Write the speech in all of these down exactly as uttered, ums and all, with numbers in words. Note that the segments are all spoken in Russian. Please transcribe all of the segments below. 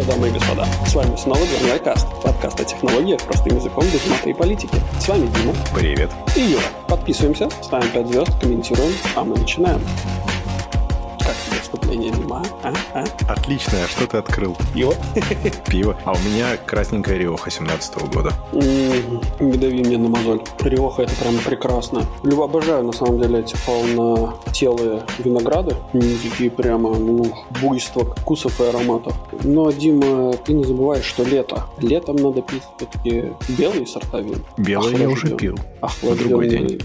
дамы и господа. С вами снова двойной каст. Подкаст о технологиях простым языком без мата и политики. С вами Дима. Привет. И Юра. Подписываемся, ставим пять звезд, комментируем, а мы начинаем. Как тебе вступление, Дима? А? А? Отлично. А что ты открыл? Пиво? Пиво. А у меня красненькая Риоха семнадцатого года. М-м, не дави мне на мозоль. Риоха — это прям прекрасно. Люблю, обожаю, на самом деле, эти полнотелые винограды. Они такие прямо, ну, буйство вкусов и ароматов. Но, Дима, ты не забываешь, что лето. Летом надо пить все-таки белые сорта вин. Белые я уже пил. На другой день.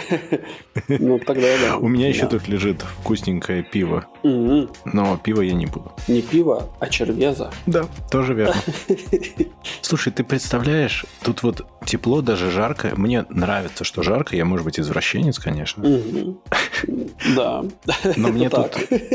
Ну, тогда да. У меня еще тут лежит вкусненькое пиво. Но пиво я не буду. Не пиво, а червеза. Да, тоже верно. Слушай, ты представляешь, тут вот тепло, даже жарко. Мне нравится, что жарко. Я, может быть, извращенец, конечно. Да. Но мне тут...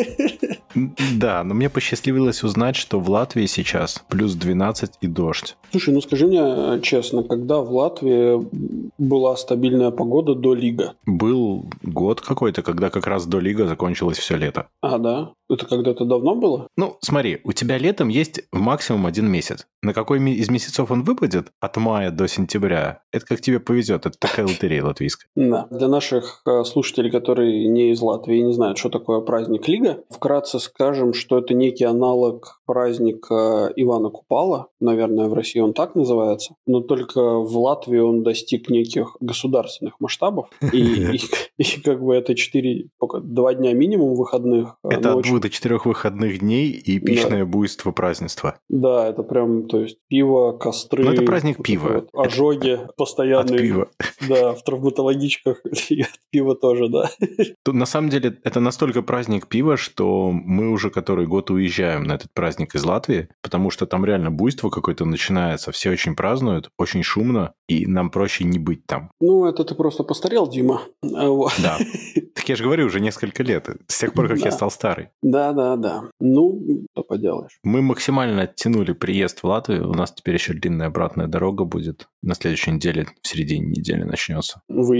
Да, но мне посчастливилось узнать, что в Латвии сейчас плюс двенадцать и дождь. Слушай, ну скажи мне честно, когда в Латвии была стабильная погода до Лига? Был год какой-то, когда как раз до Лига закончилось все лето. А, да? Это когда-то давно было? Ну, смотри, у тебя летом есть максимум один месяц. На какой из месяцев он выпадет, от мая до сентября, это как тебе повезет. Это такая лотерея латвийская. Да. Для наших слушателей, которые не из Латвии и не знают, что такое праздник Лига, вкратце скажем, что это некий аналог праздника Ивана Купала. Наверное, в России он так называется. Но только в Латвии он достиг неких государственных масштабов. И, и, и как бы это четыре, два дня минимум выходных. Это от двух до четырех выходных дней и эпичное да. буйство празднества. Да, это прям, то есть пиво, костры. Ну, это праздник вот пива. Вот, ожоги это постоянные. От пива. Да, в травматологичках и от пива тоже, да. Тут, на самом деле, это настолько праздник пива, что мы уже который год уезжаем на этот праздник из Латвии, потому что там реально буйство какое-то начинается, все очень празднуют, очень шумно, и нам проще не быть там. Ну, это ты просто постарел, Дима. Да. Так я же говорю, уже несколько лет, с тех пор, как да. я стал старый. Да, да, да. Ну, что поделаешь. Мы максимально оттянули приезд в Латвию, у нас теперь еще длинная обратная дорога будет. На следующей неделе, в середине недели начнется.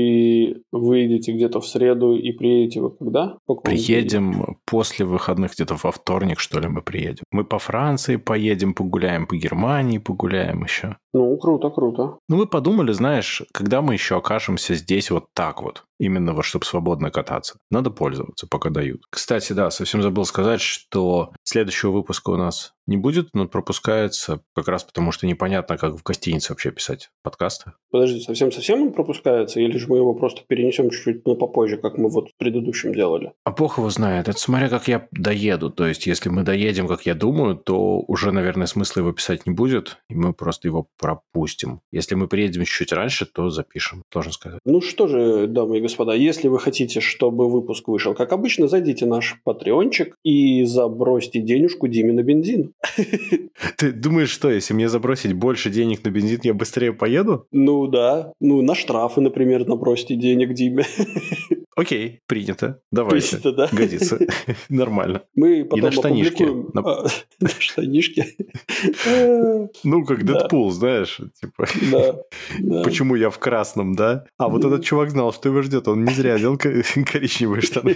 Вы выйдете где-то в среду и приедете вы когда? Приедем день? После выходных, где-то во вторник, что ли, мы приедем. Мы по Франции поедем, погуляем, по Германии погуляем еще. Ну, круто, круто. Ну, мы подумали, знаешь, когда мы еще окажемся здесь вот так вот, именно вот, чтобы свободно кататься, надо пользоваться, пока дают. Кстати, да, совсем забыл сказать, что следующего выпуска у нас не будет, но пропускается как раз потому, что непонятно, как в гостинице вообще писать подкасты. Подожди, совсем-совсем он пропускается, или же мы его просто перенесем чуть-чуть ну, попозже, как мы вот в предыдущем делали? А бог его знает. Это смотря как я доеду. То есть, если мы доедем, как я думаю, то уже, наверное, смысла его писать не будет, и мы просто его пропустим. Если мы приедем чуть-чуть раньше, то запишем, должен сказать. Ну что же, дамы и господа, если вы хотите, чтобы выпуск вышел, как обычно, зайдите в наш патреончик и забросьте денежку Диме на бензин. Ты думаешь, что, если мне забросить больше денег на бензин, я быстрее поеду? Ну да. Ну, на штрафы, например, набросьте денег Диме. Окей, принято. Давайте. Принято, да? Годится. Нормально. Мы потом и на штанишки. На... А, на штанишки. Ну, как Дэдпул, знаешь. Типа. Да. Почему я в красном, да? А вот этот чувак знал, что его ждет. Он не зря одел коричневые штаны.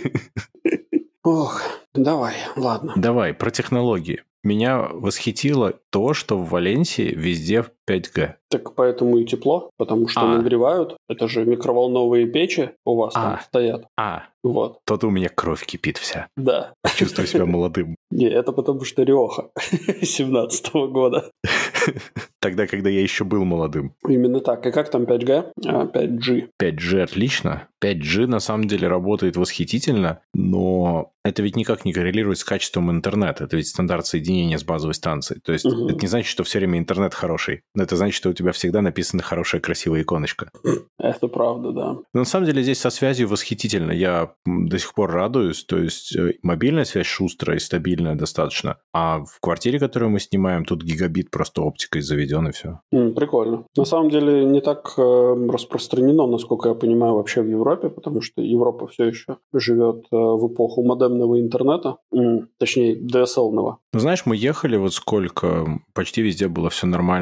Ох, давай, ладно. Давай, про технологии. Меня восхитило то, что в Валенсии везде пять джи. Так поэтому и тепло, потому что а. нагревают. Это же микроволновые печи у вас а. там стоят. А, вот. То-то у меня кровь кипит вся. Да. Чувствую себя молодым. Не, это потому что Риоха семнадцатого года. Тогда, когда я еще был молодым. Именно так. И как там пять джи? А, пять джи. пять джи отлично. пять джи на самом деле работает восхитительно, но это ведь никак не коррелирует с качеством интернета. Это ведь стандарт соединения с базовой станцией. То есть угу. это не значит, что все время интернет хороший. Но это значит, что у тебя всегда написана хорошая, красивая иконочка. Это правда, да. Но на самом деле здесь со связью восхитительно. Я до сих пор радуюсь. То есть мобильная связь шустрая и стабильная достаточно. А в квартире, которую мы снимаем, тут гигабит просто оптикой заведен и все. Mm, прикольно. На самом деле не так э, распространено, насколько я понимаю, вообще в Европе, потому что Европа все еще живет э, в эпоху модемного интернета, mm, точнее ди эс эл-ного. Ну, знаешь, мы ехали вот сколько, почти везде было все нормально. То есть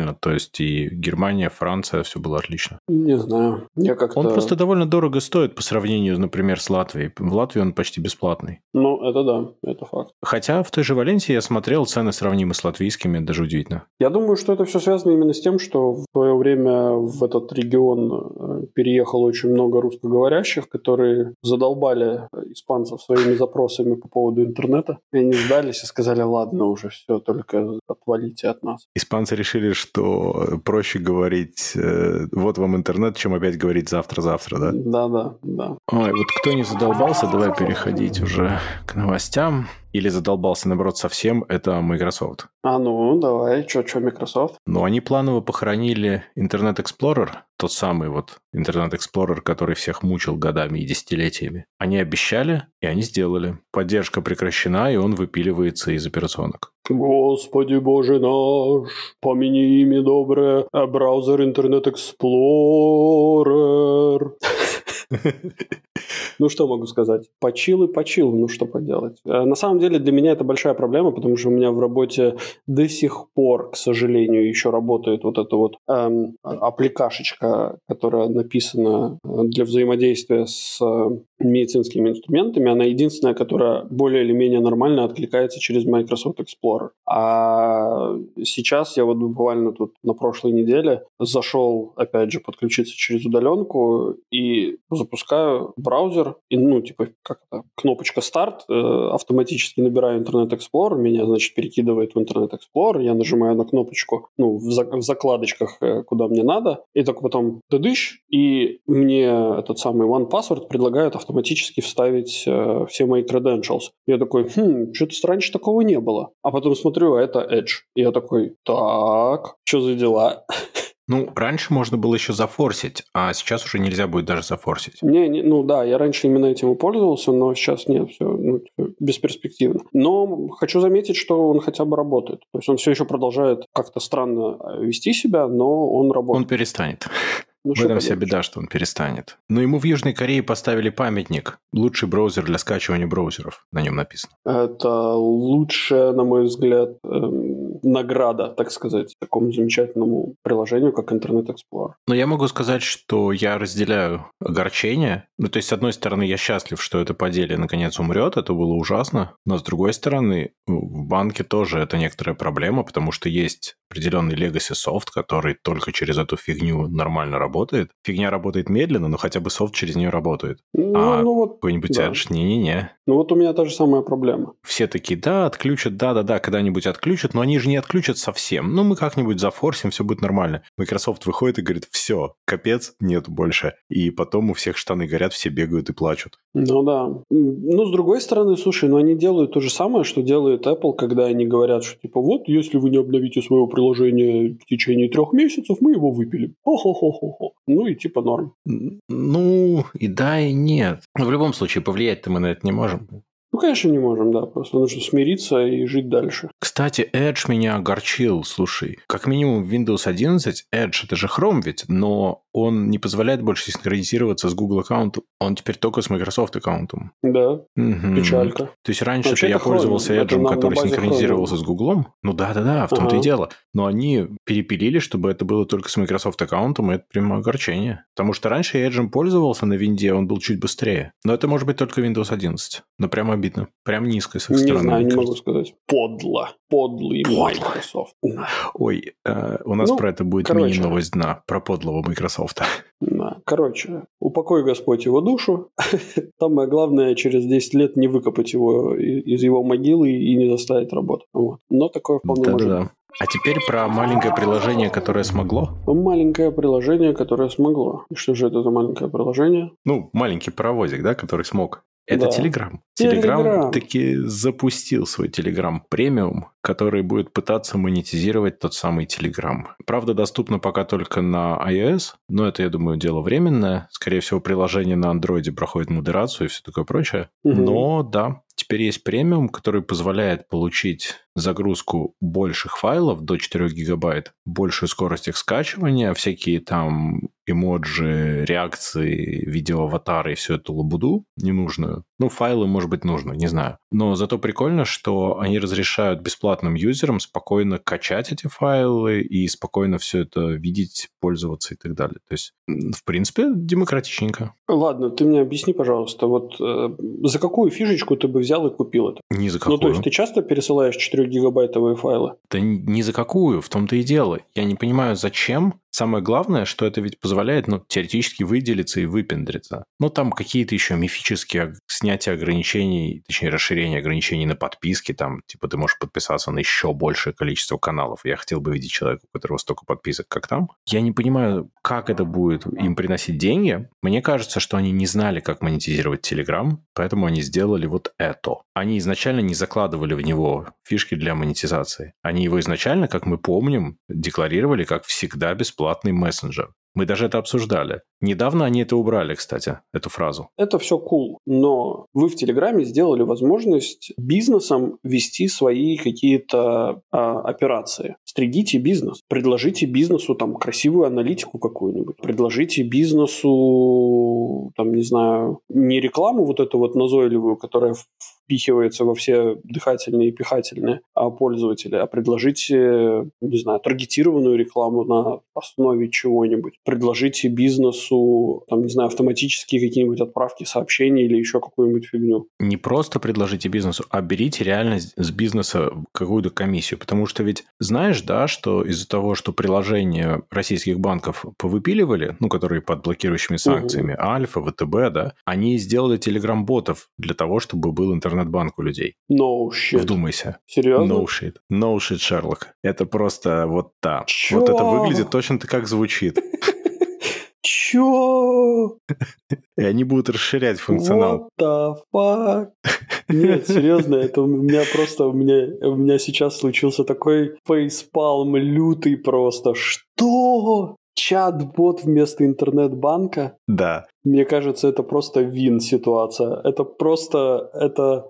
есть и Германия, Франция, все было отлично. Не знаю. Я как-то... Он просто довольно дорого стоит по сравнению, например, с Латвией. В Латвии он почти бесплатный. Ну, это да, это факт. Хотя в той же Валенсии я смотрел, цены сравнимы с латвийскими, даже удивительно. Я думаю, что это все связано именно с тем, что в свое время в этот регион переехало очень много русскоговорящих, которые задолбали испанцев своими запросами по поводу интернета. И они сдались и сказали: ладно, уже все, только отвалите от нас. Испанцы решили, что проще говорить э, вот вам интернет, чем опять говорить завтра-завтра, да? Да-да, да. Ой, вот кто не задолбался, давай переходить уже к новостям. Или задолбался, наоборот, совсем, это Microsoft. А ну, давай, что, что Microsoft? Ну, они планово похоронили Internet Explorer, тот самый вот Internet Explorer, который всех мучил годами и десятилетиями. Они обещали, и они сделали. Поддержка прекращена, и он выпиливается из операционок. Господи Боже наш, помяни ими доброе, браузер Internet Explorer. Ну, что могу сказать? Почил и почил, ну, что поделать. На самом деле, для меня это большая проблема, потому что у меня в работе до сих пор, к сожалению, еще работает вот эта вот эм, аппликашечка, которая написана для взаимодействия с медицинскими инструментами. Она единственная, которая более или менее нормально откликается через Microsoft Explorer. А сейчас я вот буквально тут на прошлой неделе зашел, опять же, подключиться через удаленку и запускаю браузер, и, ну, типа, как это, кнопочка «Старт», э, автоматически набираю Internet Explorer, меня, значит, перекидывает в Internet Explorer, я нажимаю на кнопочку, ну, в, за- в закладочках, э, куда мне надо, и только потом тыдыщ, и мне этот самый OnePassword предлагает автоматически вставить э, все мои credentials. Я такой: хм, что-то раньше такого не было. А потом смотрю, а это Edge. И я такой: так, что за дела? Ну, раньше можно было еще зафорсить, а сейчас уже нельзя будет даже зафорсить. Не, не, ну да, я раньше именно этим и пользовался, но сейчас нет, все, ну, бесперспективно. Но хочу заметить, что он хотя бы работает. То есть он все еще продолжает как-то странно вести себя, но он работает. Он перестанет. Ну, в этом вся беда, что он перестанет. Но ему в Южной Корее поставили памятник. Лучший браузер для скачивания браузеров. На нем написано. Это лучшая, на мой взгляд, эм, награда, так сказать, такому замечательному приложению, как Internet Explorer. Но я могу сказать, что я разделяю огорчение. Ну, то есть, с одной стороны, я счастлив, что это поделие наконец умрет. Это было ужасно. Но, с другой стороны, в банке тоже это некоторая проблема, потому что есть определенный legacy софт, который только через эту фигню нормально работает. Фигня работает медленно, но хотя бы софт через нее работает. Ну, а ну вот, какой-нибудь да. Edge, не-не-не. Ну вот у меня та же самая проблема. Все такие: да, отключат, да-да-да, когда-нибудь отключат, но они же не отключат совсем. Ну, мы как-нибудь зафорсим, все будет нормально. Microsoft выходит и говорит: все, капец, нету больше. И потом у всех штаны горят, все бегают и плачут. Ну да. Ну, с другой стороны, слушай, ну они делают то же самое, что делает Apple, когда они говорят, что типа вот, если вы не обновите свое приложение в течение трех месяцев, мы его выпилим. Хо-хо-хо-хо-хо. Ну и типа норм. Ну, и да, и нет. Но в любом случае, повлиять-то мы на это не можем. Ну, конечно, не можем, да. Просто нужно смириться и жить дальше. Кстати, Edge меня огорчил, слушай. Как минимум в Windows одиннадцать Edge это же Chrome ведь, но он не позволяет больше синхронизироваться с Google аккаунтом. Он теперь только с Microsoft аккаунтом. Да, угу. печалька. То есть раньше я пользовался Edge, который синхронизировался Chrome. С Google. Ну да-да-да, в том-то ага. и дело. Но они перепилили, чтобы это было только с Microsoft аккаунтом, и это прямо огорчение. Потому что раньше я Edge пользовался на винде, он был чуть быстрее. Но это может быть только Windows одиннадцать. Но прямо обидно. Прям низко с их не стороны. Не знаю, не кажется. Могу сказать. Подло. Подлый Microsoft. Ой, э, у нас ну, про это будет короче, мини-новость дна. Про подлого Microsoft. Да. Короче, упокой Господь его душу. Самое главное, через десять лет не выкопать его из его могилы и не заставить работать. Вот. Но такое вполне может быть. А теперь про маленькое приложение, которое смогло. Маленькое приложение, которое смогло. И что же это за маленькое приложение? Ну, маленький паровозик, да, который смог. Это да. Telegram. Telegram. Telegram таки запустил свой Telegram премиум, который будет пытаться монетизировать тот самый Telegram. Правда, доступно пока только на iOS, но это, я думаю, дело временное. Скорее всего, приложение на Android проходит модерацию и все такое прочее. Угу. Но да, теперь есть премиум, который позволяет получить загрузку больших файлов до четыре гигабайт, большую скорость их скачивания, всякие там эмоджи, реакции, видеоаватары и всю эту лабуду ненужную. Ну, файлы, может быть, нужно, не знаю. Но зато прикольно, что они разрешают бесплатным юзерам спокойно качать эти файлы и спокойно все это видеть, пользоваться и так далее. То есть, в принципе, демократичненько. Ладно, ты мне объясни, пожалуйста, вот э, за какую фишечку ты бы взял и купил это? Ни за какую. Ну, то есть, ты часто пересылаешь четырехгигабайтовые файлы? Да ни за какую, в том-то и дело. Я не понимаю, зачем. Самое главное, что это ведь позволяет, ну, теоретически выделиться и выпендриться. Ну, там какие-то еще мифические снятия ограничений, точнее, расширение ограничений на подписки, там, типа, ты можешь подписаться на еще большее количество каналов. Я хотел бы видеть человека, у которого столько подписок, как там. Я не понимаю, как это будет им приносить деньги. Мне кажется, что они не знали, как монетизировать Telegram, поэтому они сделали вот это. Они изначально не закладывали в него фишки для монетизации. Они его изначально, как мы помним, декларировали как всегда бесплатный мессенджер. Мы даже это обсуждали. Недавно они это убрали, кстати, эту фразу. Это все cool, но вы в Телеграме сделали возможность бизнесам вести свои какие-то а, операции. Стригите бизнес. Предложите бизнесу там красивую аналитику какую-нибудь. Предложите бизнесу, там, не знаю, не рекламу вот эту вот назойливую, которая впихивается во все дыхательные и пихательные а пользователи, а предложите, не знаю, таргетированную рекламу на основе чего-нибудь. Предложите бизнесу, там, не знаю, автоматические какие-нибудь отправки сообщений или еще какую-нибудь фигню. Не просто предложите бизнесу, а берите реально с бизнеса какую-то комиссию. Потому что ведь знаешь, да, что из-за того, что приложения российских банков повыпиливали, ну, которые под блокирующими санкциями, угу. Альфа, ВТБ, да, они сделали телеграм-ботов для того, чтобы был интернет-банк у людей. No shit. Вдумайся. Серьезно? No shit. No shit, Шерлок. Это просто вот так. Чё? Вот это выглядит точно так, как звучит. Чё? И они будут расширять функционал. What the fuck? Нет, серьезно, это у меня просто, у меня, у меня сейчас случился такой фейспалм лютый просто. Что? Чат-бот вместо интернет-банка? Да. Мне кажется, это просто вин-ситуация. Это просто, это...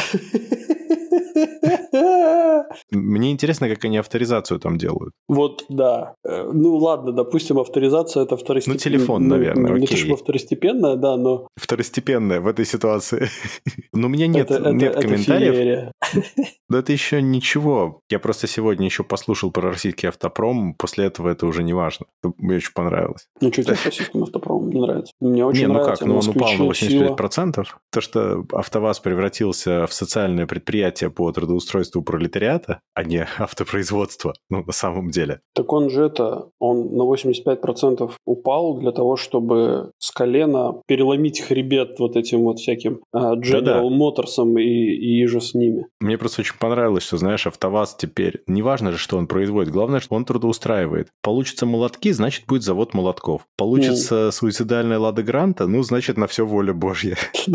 Мне интересно, как они авторизацию там делают. Вот, да. Ну, ладно, допустим, авторизация – это второстепенная. Ну, телефон, наверное, Не окей. то чтобы второстепенная, да, но... Второстепенная в этой ситуации. Но у меня нет, это, нет это, комментариев. Это да это еще ничего. Я просто сегодня еще послушал про российский автопром, после этого это уже не важно. Мне очень понравилось. Ну, что тебе с российским автопромом не нравится? Мне очень не, ну нравится. как, ну он упал на восемьдесят пять сила. процентов. То, что АвтоВАЗ превратился в социальное предприятие по трудоустройству пролетариата, а не автопроизводство, ну, на самом деле. Так он же это, он на восемьдесят пять процентов упал для того, чтобы с колена переломить хребет вот этим вот всяким General Motors'ом и, и же с ними. Мне просто очень понравилось, что, знаешь, АвтоВАЗ теперь, не важно же, что он производит, главное, что он трудоустраивает. Получится молотки, значит, будет завод молотков. Получится mm. суицидальная Лада Гранта, ну, значит, на все воля Божья.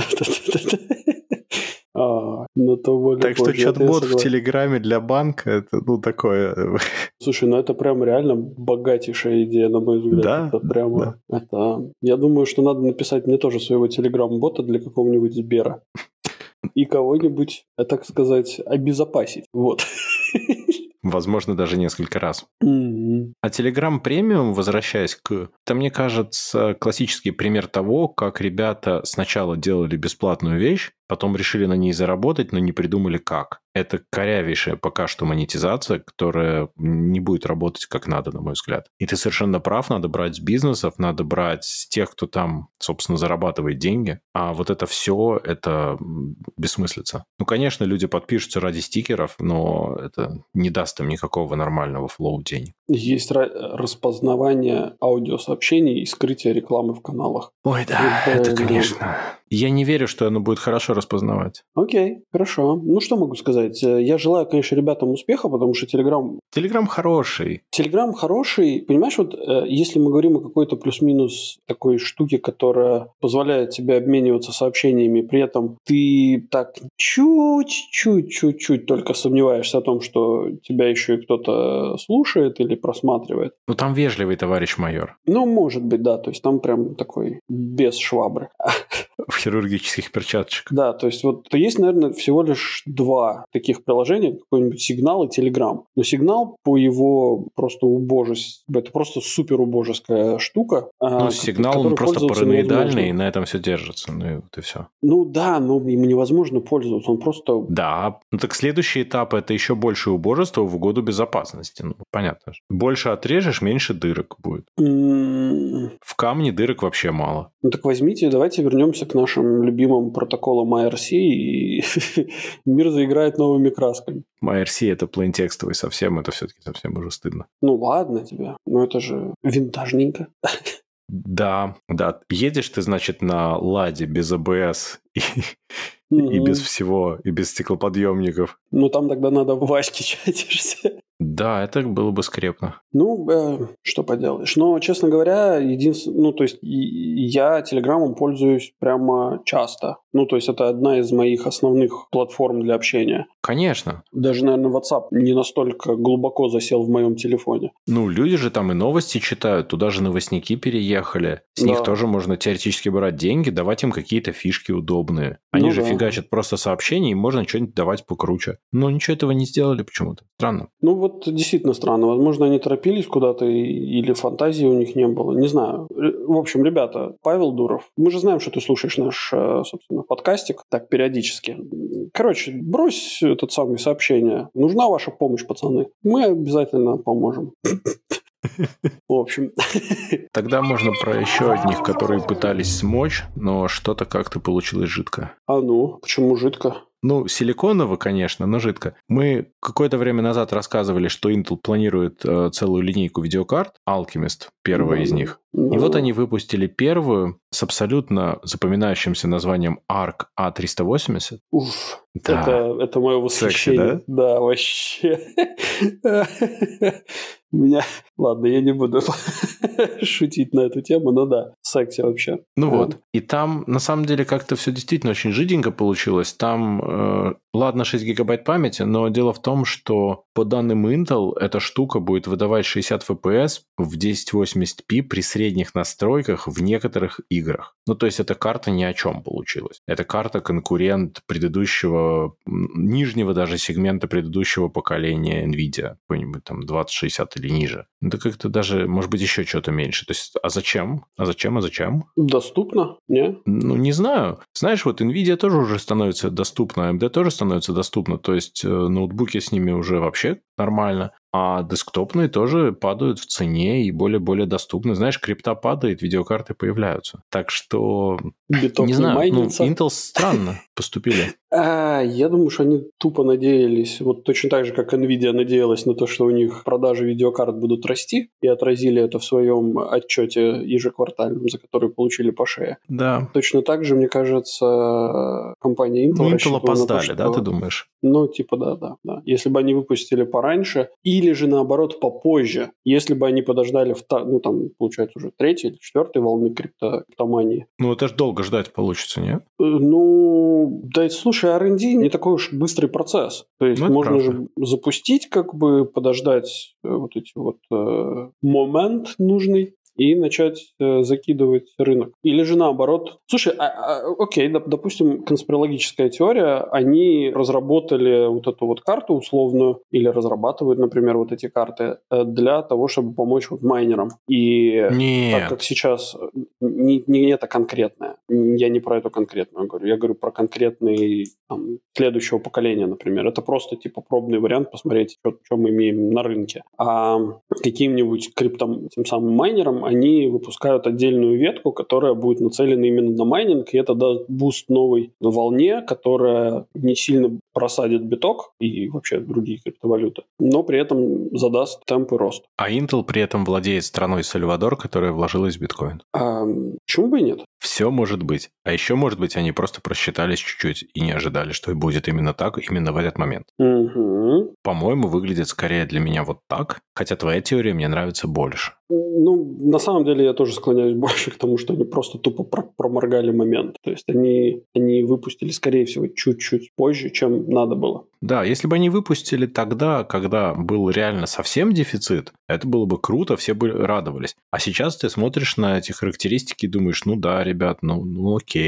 А, ну то воля так Божья, что чат-бот в Телеграме для банка, это, ну, такое... Слушай, ну это прям реально богатейшая идея, на мой взгляд. Да, это прямо... да. Это... Я думаю, что надо написать мне тоже своего Телеграм-бота для какого-нибудь Сбера. И кого-нибудь, так сказать, обезопасить. Вот. Возможно, даже несколько раз. Mm-hmm. А Telegram Premium, возвращаясь к... Это, мне кажется, классический пример того, как ребята сначала делали бесплатную вещь, потом решили на ней заработать, но не придумали как. Это корявейшая пока что монетизация, которая не будет работать как надо, на мой взгляд. И ты совершенно прав, надо брать с бизнесов, надо брать с тех, кто там, собственно, зарабатывает деньги. А вот это все, это бессмыслица. Ну, конечно, люди подпишутся ради стикеров, но это не даст им никакого нормального флоу денег. Есть распознавание аудиосообщений и скрытие рекламы в каналах. Ой, да, это, это конечно... Я не верю, что оно будет хорошо распознавать. Окей, хорошо. Ну, что могу сказать? Я желаю, конечно, ребятам успеха, потому что Telegram... Telegram хороший. Telegram хороший. Понимаешь, вот если мы говорим о какой-то плюс-минус такой штуке, которая позволяет тебе обмениваться сообщениями, при этом ты так чуть-чуть-чуть-чуть только сомневаешься о том, что тебя еще и кто-то слушает или просматривает. Ну, там вежливый товарищ майор. Ну, может быть, да. То есть там прям такой без швабры. хирургических перчаточек. Да, то есть вот есть, наверное, всего лишь два таких приложения, какой-нибудь Сигнал и Телеграм. Но Сигнал по его просто убожести, это просто супер убожеская штука. Ну, Сигнал, он просто параноидальный, и на этом все держится. Ну, и вот и все. Ну да, но им невозможно пользоваться, он просто... Да, ну так следующий этап – это еще больше убожества в угоду безопасности. Ну, понятно же. Больше отрежешь, меньше дырок будет. Mm. В камне дырок вообще мало. Ну так возьмите, давайте вернемся к нашим любимым протоколам ай ар си, и мир заиграет новыми красками. ай ар си – это плейнтекстовый совсем, это все-таки совсем уже стыдно. Ну ладно тебе, но это же винтажненько. Да, да. Едешь ты, значит, на Ладе без эй би эс и, угу. и без всего, и без стеклоподъемников. Ну, там тогда надо в Ваське чатишься. Да, это было бы скрепно. Ну, э, что поделаешь. Но, честно говоря, единственное... Ну, то есть, я Телеграмом пользуюсь прямо часто. Ну, то есть, это одна из моих основных платформ для общения. Конечно. Даже, наверное, WhatsApp не настолько глубоко засел в моем телефоне. Ну, люди же там и новости читают, туда же новостники переехали. С да. них тоже можно теоретически брать деньги, давать им какие-то фишки удобные. Они ну, же да. фигачат просто сообщения, и можно что-нибудь давать покруче. Но ничего этого не сделали почему-то. Странно. Ну, вот действительно странно. Возможно, они торопились куда-то, или фантазии у них не было. Не знаю. В общем, ребята, Павел Дуров, мы же знаем, что ты слушаешь наш, собственно, подкастик так периодически. Короче, брось этот самый сообщение. Нужна ваша помощь, пацаны. Мы обязательно поможем. В общем. Тогда можно про еще одних, которые пытались смочь, но что-то как-то получилось жидко. А ну, почему жидко? Ну, силиконово, конечно, но жидко. Мы какое-то время назад рассказывали, что Intel планирует э, целую линейку видеокарт, Alchemist, первая mm-hmm. из них. Mm-hmm. И вот они выпустили первую с абсолютно запоминающимся названием Arc эй триста восемьдесят. Уф, да. это, это мое восхищение. Секси, да? Да, вообще. Меня... Ладно, я не буду шутить на эту тему, но да, секси вообще. Ну а. вот, и там на самом деле как-то все действительно очень жиденько получилось. Там, э, ладно, шесть гигабайт памяти, но дело в том, что по данным Intel эта штука будет выдавать шестьдесят эф пи эс в тысяча восемьдесят пи при средних настройках в некоторых играх. Ну, то есть, эта карта ни о чем получилась. Это карта конкурент предыдущего, нижнего даже сегмента предыдущего поколения NVIDIA, какой-нибудь там двадцать шестьдесят или ниже. Это как-то даже, может быть, еще что-то меньше. То есть, а зачем? А зачем? А зачем? Доступно, не? Ну, не знаю. Знаешь, вот NVIDIA тоже уже становится доступна, эй эм ди тоже становится доступна. То есть, ноутбуки с ними уже вообще нормально. А десктопные тоже падают в цене и более-более доступны. Знаешь, крипта падает, видеокарты появляются. Так что, биток не знаю, ну, майнится. Intel странно поступили. А, я думаю, что они тупо надеялись, вот точно так же, как Nvidia надеялась на то, что у них продажи видеокарт будут расти, и отразили это в своем отчете ежеквартальном, за который получили по шее. Да. Точно так же, мне кажется, компания Intel... Ну, Intel опоздали, то, что... да, ты думаешь? Ну, типа, да, да, да. Если бы они выпустили пораньше, или же, наоборот, попозже, если бы они подождали, в, ну, там, получается, уже третьей или четвертой волны крипто, криптомании. Ну, это же долго ждать получится, нет? Ну, да, слушай, ар энд ди не такой уж быстрый процесс. То есть, ну, можно правда. же запустить, как бы, подождать вот эти вот э, момент нужный, и начать э, закидывать рынок. Или же наоборот. Слушай, а, а, окей, доп, допустим, конспирологическая теория, они разработали вот эту вот карту условную, или разрабатывают, например, вот эти карты э, для того, чтобы помочь вот майнерам. И Нет. так как сейчас не, не это конкретное, я не про эту конкретную говорю, я говорю про конкретный там, следующего поколения, например. Это просто типа пробный вариант, посмотреть, что, что мы имеем на рынке. А каким-нибудь криптом, тем самым майнерам, они выпускают отдельную ветку, которая будет нацелена именно на майнинг, и это даст буст новой волне, которая не сильно просадит биток и вообще другие криптовалюты, но при этом задаст темпы роста. А Intel при этом владеет страной Сальвадор, которая вложилась в биткоин. А почему бы и нет? Все может быть. А еще, может быть, они просто просчитались чуть-чуть и не ожидали, что будет именно так, именно в этот момент. Угу. По-моему, выглядит скорее для меня вот так, хотя твоя теория мне нравится больше. Ну, на самом деле я тоже склоняюсь больше к тому, что они просто тупо проморгали момент. То есть они, они выпустили, скорее всего, чуть-чуть позже, чем надо было. Да, если бы они выпустили тогда, когда был реально совсем дефицит, это было бы круто, все бы радовались. А сейчас ты смотришь на эти характеристики и думаешь, ну да, ребят, ну, ну окей.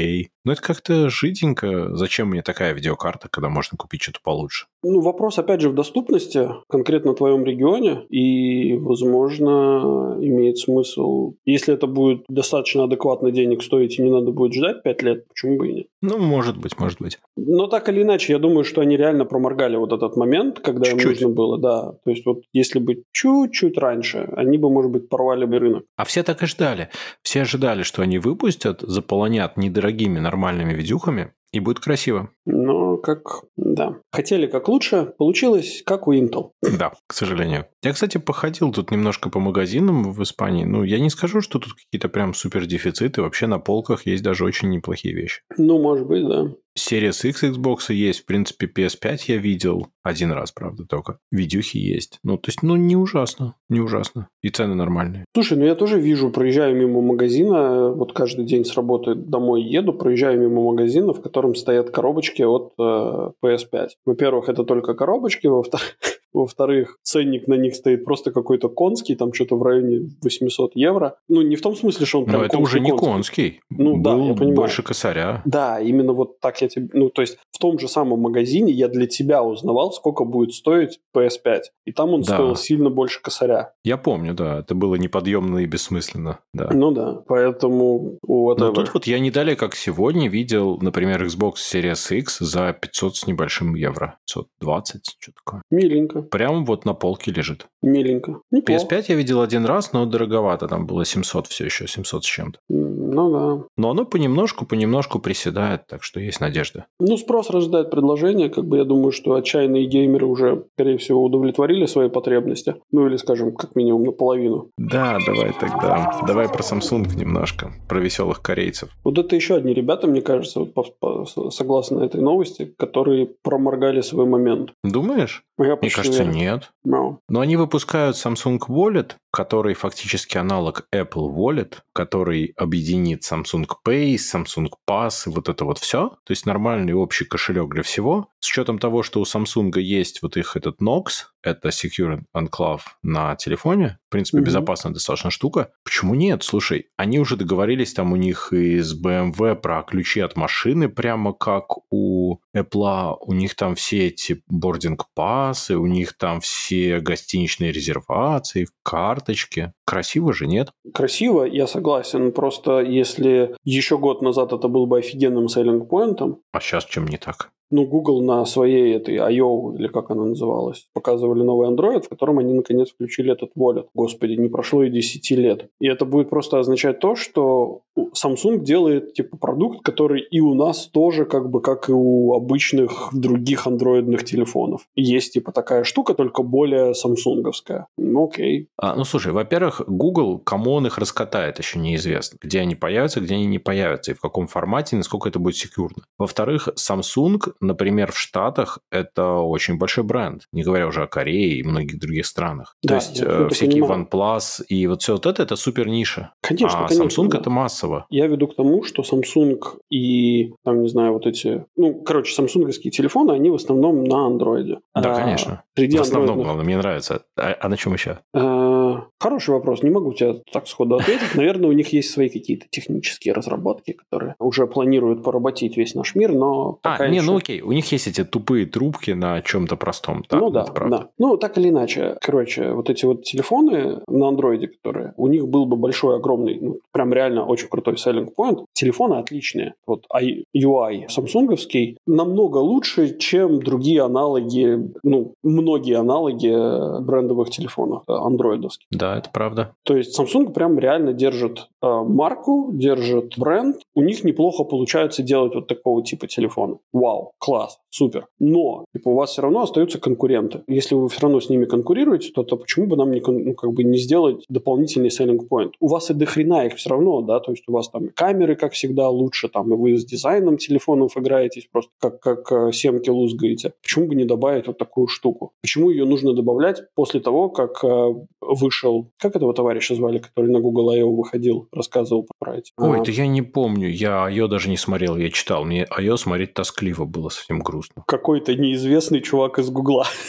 Ну, это как-то жиденько. Зачем мне такая видеокарта, когда можно купить что-то получше? Ну, вопрос, опять же, в доступности, конкретно в твоем регионе, и, возможно, имеет смысл, если это будет достаточно адекватно денег стоить, и не надо будет ждать пять лет, почему бы и нет? Ну, может быть, может быть. Но так или иначе, я думаю, что они реально проморгали вот этот момент, когда им Чуть-чуть. нужно было, да. То есть вот если бы чуть-чуть раньше, они бы, может быть, порвали бы рынок. А все так и ждали. Все ожидали, что они выпустят, заполонят недорогими нормальными видюхами, и будет красиво. Но как, да. Хотели как лучше, получилось как у Intel. Да, к сожалению. Я, кстати, походил тут немножко по магазинам в Испании. Ну, я не скажу, что тут какие-то прям супер дефициты. Вообще на полках есть даже очень неплохие вещи. Ну, может быть, да. Series X Xbox есть, в принципе, пи эс пять я видел. Один раз, правда, только. Видюхи есть. Ну, то есть, ну, не ужасно. Не ужасно. И цены нормальные. Слушай, ну я тоже вижу, проезжаю мимо магазина, вот каждый день с работы домой еду, проезжаю мимо магазина, в котором стоят коробочки от э, пи эс пять. Во-первых, это только коробочки, во-вторых... Во-вторых, ценник на них стоит просто какой-то конский, там что-то в районе восемьсот евро. Ну, не в том смысле, что он прям Но это конский, уже не конский. конский. Ну, Был да, я понимаю. больше косаря. Да, именно вот так я тебе... Ну, то есть, в том же самом магазине я для тебя узнавал, сколько будет стоить пи эс пять. И там он Да. стоил сильно больше косаря. Я помню, да. Это было неподъемно и бессмысленно. Да. Ну да, поэтому... Но whatever. тут вот я не далее, как сегодня, видел, например, Xbox Series X за пятьсот с небольшим евро. пятьсот двадцать, что такое. Миленько, Прям вот на полке лежит. миленько. пи Неплохо. эс пять я видел один раз, но дороговато. Там было семьсот все еще, семьсот с чем-то. М, Ну да. Но оно понемножку, понемножку приседает, так что есть надежда. Ну, спрос рождает предложение. Как бы я думаю, что отчаянные геймеры уже, скорее всего, удовлетворили свои потребности. Ну, или, скажем, как минимум наполовину. Да, давай тогда. Давай про Samsung немножко. Про веселых корейцев. Вот это еще одни ребята, мне кажется, вот по- по- согласно этой новости, которые проморгали свой момент. Думаешь? Я Мне почти кажется, уверен. нет. No. Но они выпускают Samsung Wallet, который фактически аналог Apple Wallet, который объединит Samsung Pay, Samsung Pass и вот это вот все. То есть нормальный общий кошелек для всего. С учетом того, что у Samsung есть вот их этот Knox, это Secure Enclave на телефоне. В принципе, Мгм. безопасная достаточно штука. Почему нет? Слушай, они уже договорились там у них и с бэ эм вэ про ключи от машины, прямо как у Apple. У них там все эти бординг-пассы, у них там все гостиничные резервации, карточки. Красиво же, нет? Красиво, я согласен. Просто если еще год назад это был бы офигенным селлинг-поинтом, А сейчас чем не так? ну, Google на своей этой ай о, или как она называлась, показывали новый Android, в котором они наконец включили этот wallet. Господи, не прошло и десяти лет. И это будет просто означать то, что Samsung делает типа продукт, который и у нас тоже как бы как и у обычных других андроидных телефонов. Есть типа такая штука, только более самсунговская. Ну, окей. А, ну, слушай, во-первых, Google, кому он их раскатает, еще неизвестно. Где они появятся, где они не появятся, и в каком формате, и насколько это будет секьюрно. Во-вторых, Samsung, например, в Штатах это очень большой бренд, не говоря уже о Корее и многих других странах. Да, То есть я э, это всякие понимаю. OnePlus и вот все вот это, это супер ниша. Конечно, а конечно, Samsung да. это массово. Я веду к тому, что Samsung и, там, не знаю, вот эти... Ну, короче, самсунговские телефоны, они в основном на андроиде. Да, А, конечно. Среди В основном, андроидных... главное, мне нравится. А, а на чем еще? А, Хороший вопрос. Не могу тебе так сходу ответить. Наверное, у них есть свои какие-то технические разработки, которые уже планируют поработить весь наш мир, но пока А, не, еще... ну окей, у них есть эти тупые трубки на чем-то простом. Да, ну да, это правда. да. Ну, так или иначе. Короче, вот эти вот телефоны на андроиде, которые... У них был бы большой, огромный, ну, прям реально очень крутой selling point. Телефоны отличные. Вот ю ай самсунговский намного лучше, чем другие аналоги, ну, многие аналоги брендовых телефонов, андроидовских. Да, это правда. То есть Samsung прям реально держит э, марку, держит бренд. У них неплохо получается делать вот такого типа телефона. Вау, класс, супер. Но типа, у вас все равно остаются конкуренты. Если вы все равно с ними конкурируете, то, то почему бы нам не, кон- ну, как бы не сделать дополнительный selling point? У вас и до хрена их все равно, да, то есть у вас там камеры, как всегда, лучше, там, и вы с дизайном телефонов играетесь, просто как, как э, семки лузгаете. Почему бы не добавить вот такую штуку? Почему ее нужно добавлять после того, как э, вышел... Как этого товарища звали, который на Google ай о выходил, рассказывал про эти? Ой, А, это я не помню. Я ее даже не смотрел, я читал. Мне ай о смотреть тоскливо было, совсем грустно. Какой-то неизвестный чувак из Гугла.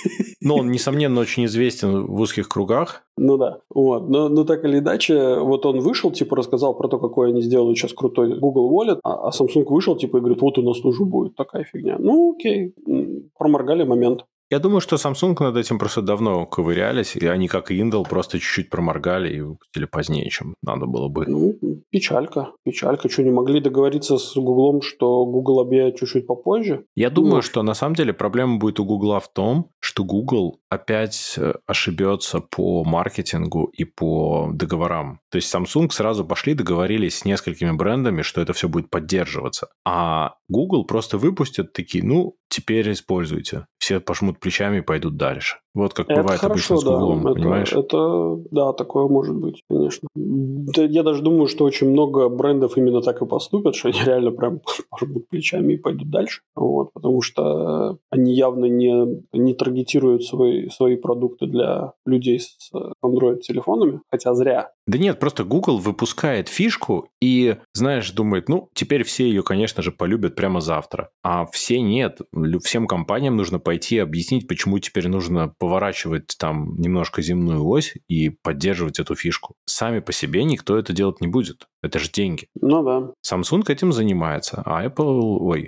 Но он, несомненно, очень известен в узких кругах. Ну да, вот. Но, но так или иначе, вот он вышел, типа, рассказал про то, какой они сделали сейчас крутой Google Wallet, а, а Samsung вышел, типа, и говорит, вот у нас тоже будет такая фигня. Ну, окей, проморгали момент. Я думаю, что Samsung над этим просто давно ковырялись, и они, как и Intel, просто чуть-чуть проморгали и выпустили позднее, чем надо было бы. Ну, печалька, печалька. Что, не могли договориться с Google, что Google объявит чуть-чуть попозже? Я думаю, ну, что на самом деле проблема будет у Google в том, что Google опять ошибется по маркетингу и по договорам. То есть Samsung сразу пошли, договорились с несколькими брендами, что это все будет поддерживаться. А Google просто выпустят такие, ну, теперь используйте. Все пожмут плечами и пойдут дальше. Вот как это бывает хорошо, обычно с Гуглом, да. понимаешь? Это, это, да, такое может быть, конечно. Да, я даже думаю, что очень много брендов именно так и поступят, что они реально прям пожмут плечами и пойдут дальше. Вот, потому что они явно не, не таргетируют свои, свои продукты для людей с Android-телефонами, хотя зря. Да нет, просто Google выпускает фишку и, знаешь, думает, ну, теперь все ее, конечно же, полюбят прямо завтра. А все нет. Всем компаниям нужно пойти и объяснить, почему теперь нужно поворачивать там немножко земную ось и поддерживать эту фишку. Сами по себе никто это делать не будет. Это же деньги. Ну да. Samsung этим занимается, а Apple... Ой,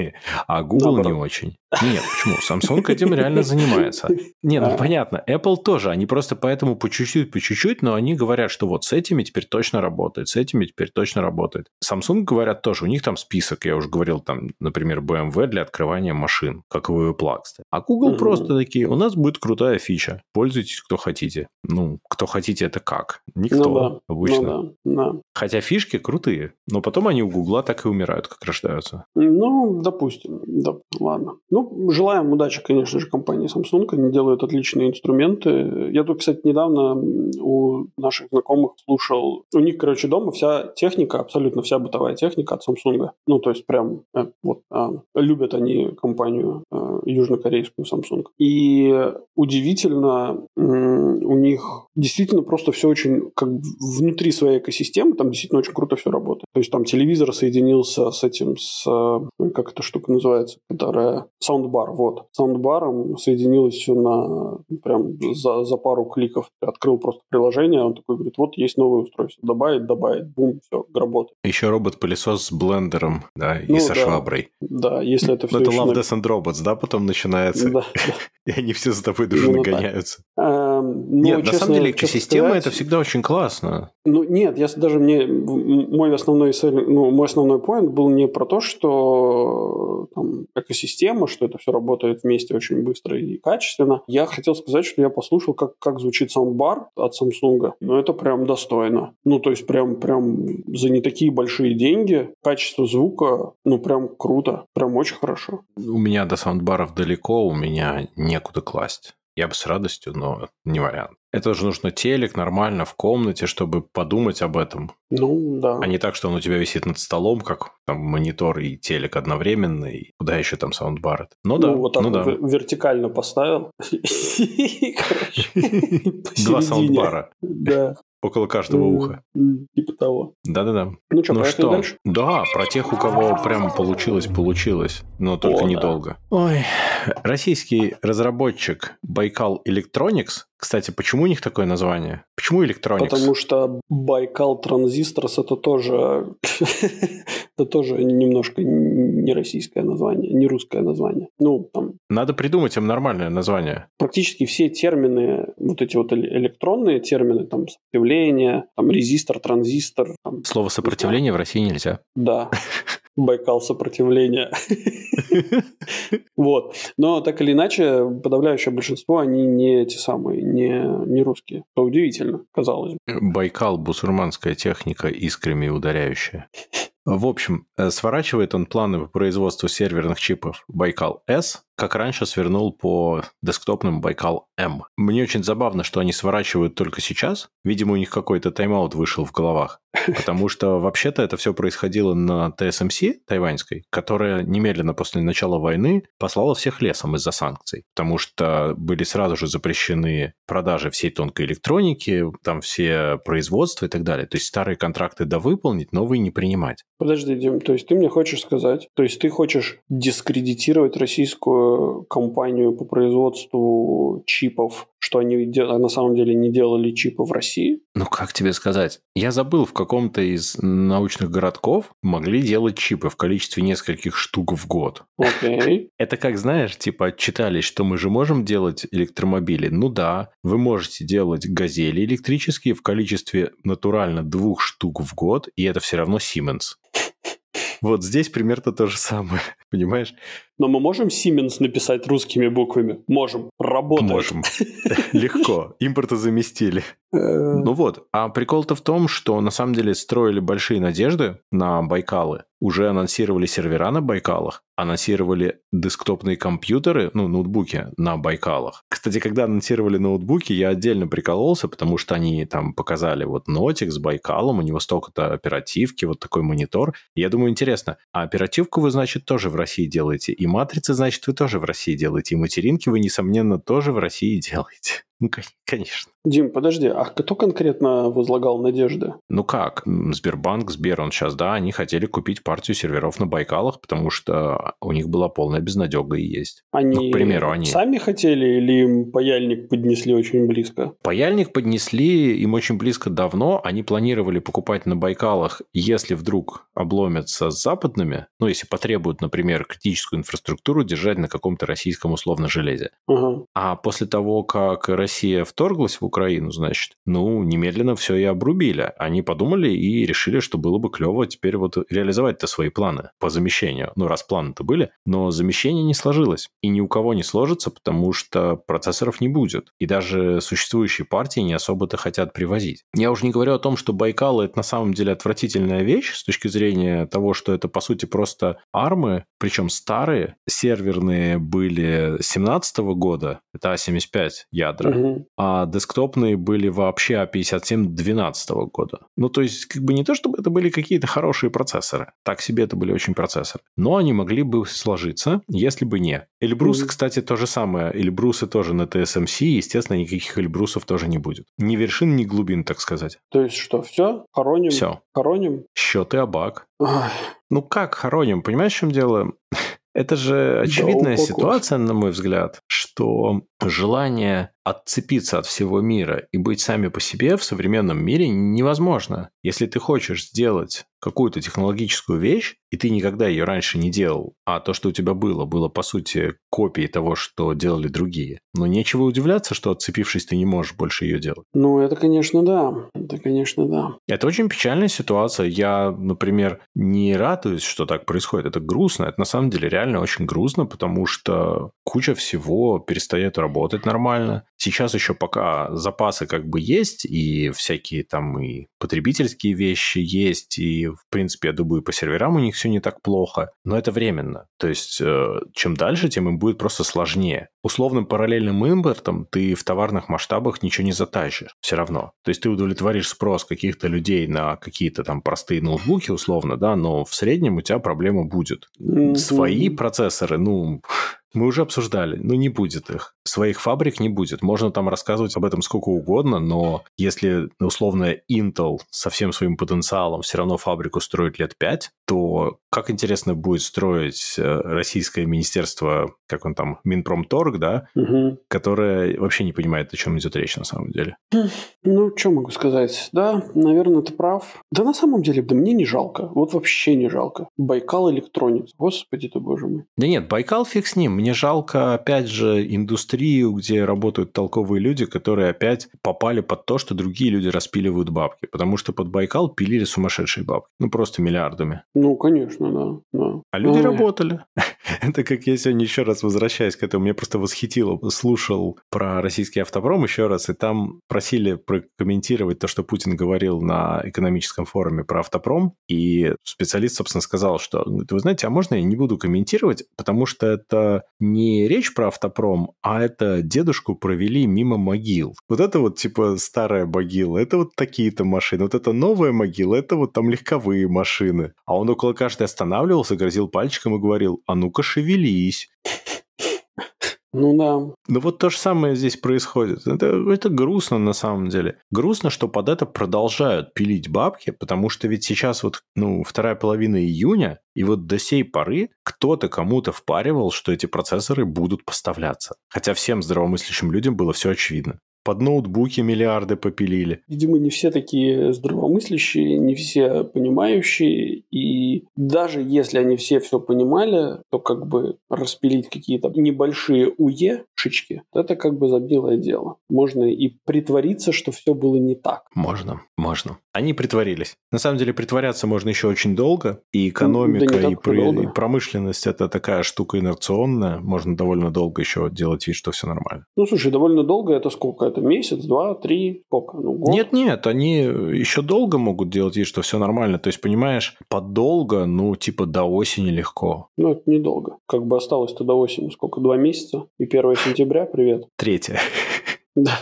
а Google Наоборот. Не очень. Нет, почему? Samsung этим реально занимается. Не, ну понятно, Apple тоже. Они просто поэтому по чуть-чуть, по чуть-чуть, но они говорят, что вот с этими теперь точно работает, с этими теперь точно работает. Samsung говорят тоже, у них там список, я уже говорил, там, например, бэ эм вэ для открывания машин, как в Apple, кстати. А Google mm-hmm. просто такие, у нас будет крутая фича, пользуйтесь, кто хотите. Ну, кто хотите, это как? Никто, ну, да. обычно. Ну, да. Да. Хотя фишки крутые, но потом они у Гугла так и умирают, как рождаются. Ну, допустим. Да, ладно. Ну, желаем удачи, конечно же, компании Samsung. Они делают отличные инструменты. Я тут, кстати, недавно у наших знакомых слушал. У них, короче, дома вся техника, абсолютно вся бытовая техника от Samsung. Ну, то есть, прям э, вот э, любят они компанию э, южнокорейскую Samsung. И удивительно, э, у них действительно просто все очень как внутри своей экосистемы, там действительно очень круто все работает. То есть, там телевизор соединился с этим, с, как эта штука называется, которая саундбар, вот. Саундбаром соединилось все на прям за, за пару кликов. Ты открыл просто приложение, он такой говорит, вот есть новое устройство, добавить, добавить, бум, все, работает. Еще робот-пылесос с блендером, да, и ну, со да, шваброй. Да, если это все это еще... Love, Death and Robots, да, потом начинается? Да. И они все за тобой дружно гоняются. А, ну, нет, честно, на самом деле экосистема сказать, это всегда очень классно. Ну, нет, я даже мне... Мой основной, ну, мой основной поинт был не про то, что там, экосистема, что это все работает вместе очень быстро и качественно. Я хотел сказать, что я послушал, как, как звучит саундбар от Samsung. Ну, это прям достойно. Ну, то есть, прям, прям за не такие большие деньги качество звука, ну, прям круто. Прям очень хорошо. У меня до саундбаров далеко, у меня некуда класть. Я бы с радостью, но не вариант. Это же нужно телек нормально в комнате, чтобы подумать об этом. Ну, да. А не так, что он у тебя висит над столом, как там монитор и телек одновременно, и куда еще там саундбар. Ну, ну да, вот так ну вот да. Вертикально поставил. Два саундбара. Да. Около каждого уха. Типа того. Да-да-да. Ну что, ну поехали что? дальше? Да, про тех, у кого прям получилось, получилось. Но только О, недолго. Да. Ой, российский разработчик Baikal Electronics. Кстати, почему у них такое название? Почему Electronics? Потому что Baikal Transistors это тоже это тоже немножко не российское название, не русское название. Ну, там... Надо придумать им нормальное название. Практически все термины, вот эти вот электронные термины, там, сопротивление, там, резистор, транзистор. Там, Слово сопротивление в России нельзя. Да. Байкал сопротивления. Вот. Но так или иначе, подавляющее большинство, они не те самые, не, не русские. Что удивительно, казалось бы. Байкал – бусурманская техника, искрами ударяющая. В общем, сворачивает он планы по производству серверных чипов Baikal S, как раньше свернул по десктопным Baikal M. Мне очень забавно, что они сворачивают только сейчас. Видимо, у них какой-то тайм-аут вышел в головах. Потому что вообще-то это все происходило на тэ эс эм си тайваньской, которая немедленно после начала войны послала всех лесом из-за санкций. Потому что были сразу же запрещены продажи всей тонкой электроники, там все производства и так далее. То есть старые контракты довыполнить, новые не принимать. Подожди, Дим, то есть ты мне хочешь сказать, то есть ты хочешь дискредитировать российскую компанию по производству чипов, что они на самом деле не делали чипы в России? Ну, как тебе сказать? Я забыл, в каком-то из научных городков могли делать чипы в количестве нескольких штук в год. Окей. Okay. Это как, знаешь, типа отчитались, что мы же можем делать электромобили. Ну да, вы можете делать газели электрические в количестве натурально двух штук в год, и это все равно Siemens. Вот здесь примерно то же самое, понимаешь? Но мы можем Siemens написать русскими буквами? Можем. Работает. Можем. Легко. Импортозаместили. Ну вот. А прикол-то в том, что на самом деле строили большие надежды на Байкалы. Уже анонсировали сервера на Байкалах, анонсировали десктопные компьютеры, ну, ноутбуки на Байкалах. Кстати, когда анонсировали ноутбуки, я отдельно прикололся, потому что они там показали вот нотик с Байкалом, у него столько-то оперативки, вот такой монитор. И я думаю, интересно, а оперативку вы, значит, тоже в России делаете? И матрицы, значит, вы тоже в России делаете? И материнки вы, несомненно, тоже в России делаете? Ну, конечно. Дим, подожди, а кто конкретно возлагал надежды? Ну как? Сбербанк, Сбер, он сейчас, да, они хотели купить партию серверов на Байкалах, потому что у них была полная безнадега и есть. Они ну, к примеру, они сами хотели или им паяльник поднесли очень близко? Паяльник поднесли им очень близко давно. Они планировали покупать на Байкалах, если вдруг обломятся с западными, ну, если потребуют, например, критическую инфраструктуру держать на каком-то российском условно железе. Ага. А после того, как Россия вторглась в Украину, значит, ну, немедленно все и обрубили. Они подумали и решили, что было бы клево теперь вот реализовать-то свои планы по замещению. Ну, раз планы-то были, но замещение не сложилось. И ни у кого не сложится, потому что процессоров не будет. И даже существующие партии не особо-то хотят привозить. Я уже не говорю о том, что Байкалы – это на самом деле отвратительная вещь с точки зрения того, что это, по сути, просто армы, причем старые, серверные были семнадцатого года, это а семьдесят пять ядра, угу. А десктопные были вообще а пятьдесят семь двенадцатого года. Ну, то есть, как бы не то, чтобы это были какие-то хорошие процессоры. Так себе это были очень процессоры. Но они могли бы сложиться, если бы не. Эльбрусы, угу. кстати, то же самое. Эльбрусы тоже на тэ эс эм си, естественно, никаких Эльбрусов тоже не будет. Ни вершин, ни глубин, так сказать. То есть что, все? Хороним? Все. Хороним? Счеты абак. Ой. Ну как хороним? Понимаешь, в чем дело? Это же очевидная да, ситуация, на мой взгляд, что желание отцепиться от всего мира и быть сами по себе в современном мире невозможно. Если ты хочешь сделать какую-то технологическую вещь, и ты никогда ее раньше не делал, а то, что у тебя было, было, по сути, копией того, что делали другие, но нечего удивляться, что, отцепившись, ты не можешь больше ее делать. Ну, это, конечно, да. Это, конечно, да. Это очень печальная ситуация. Я, например, не радуюсь, что так происходит. Это грустно. Это, на самом деле, реально очень грустно, потому что куча всего перестает работать нормально. Сейчас еще пока запасы как бы есть, и всякие там и потребительские вещи есть, и, в принципе, я думаю, по серверам у них все не так плохо, но это временно. То есть, чем дальше, тем им будет просто сложнее. Условным параллельным импортом ты в товарных масштабах ничего не затащишь все равно. То есть, ты удовлетворишь спрос каких-то людей на какие-то там простые ноутбуки, условно, да, но в среднем у тебя проблема будет. Mm-hmm. Свои процессоры, ну... Мы уже обсуждали, но не будет их. Своих фабрик не будет. Можно там рассказывать об этом сколько угодно, но если, условно, Intel со всем своим потенциалом все равно фабрику строит лет пять, то как интересно будет строить российское министерство, как он там, Минпромторг, да, угу. которое вообще не понимает, о чем идет речь на самом деле. Ну, что могу сказать? Да, наверное, ты прав. Да на самом деле, да мне не жалко. Вот вообще не жалко. Байкал Электроникс. Господи ты, боже мой. Да нет, Байкал фиг с ним. Мне жалко, опять же, индустрию, где работают толковые люди, которые опять попали под то, что другие люди распиливают бабки. Потому что под Байкал пилили сумасшедшие бабки. Ну, просто миллиардами. Ну, конечно, да. да. А люди Ой. работали. Это как я сегодня еще раз возвращаюсь к этому, меня просто восхитило. Слушал про российский автопром еще раз, и там просили прокомментировать то, что Путин говорил на экономическом форуме про автопром, и специалист, собственно, сказал, что, вы знаете, а можно я не буду комментировать, потому что это не речь про автопром, а это дедушку провели мимо могил. Вот это вот типа старая могила, это вот такие-то машины, вот это новая могила, это вот там легковые машины. А он около каждой останавливался, грозил пальчиком и говорил, а ну-ка шевелись. Ну да. Ну вот то же самое здесь происходит. Это, это грустно на самом деле. Грустно, что под это продолжают пилить бабки, потому что ведь сейчас вот, ну, вторая половина июня, и вот до сей поры кто-то кому-то впаривал, что эти процессоры будут поставляться. Хотя всем здравомыслящим людям было все очевидно. Под ноутбуки миллиарды попилили. Видимо, не все такие здравомыслящие, не все понимающие. И даже если они все все понимали, то как бы распилить какие-то небольшие уешечки, это как бы забилое дело. Можно и притвориться, что все было не так. Можно, можно. Они притворились. На самом деле притворяться можно еще очень долго. И экономика, да и, про... и промышленность – это такая штука инерционная. Можно довольно долго еще делать вид, что все нормально. Ну, слушай, довольно долго – это сколько? Это месяц, два, три, сколько? Ну, год? Нет-нет, они еще долго могут делать вид, что все нормально. То есть, понимаешь, подолго, ну, типа до осени легко. Ну, это недолго. Как бы осталось-то до осени сколько? Два месяца? И первое сентября, привет. Третье. Да.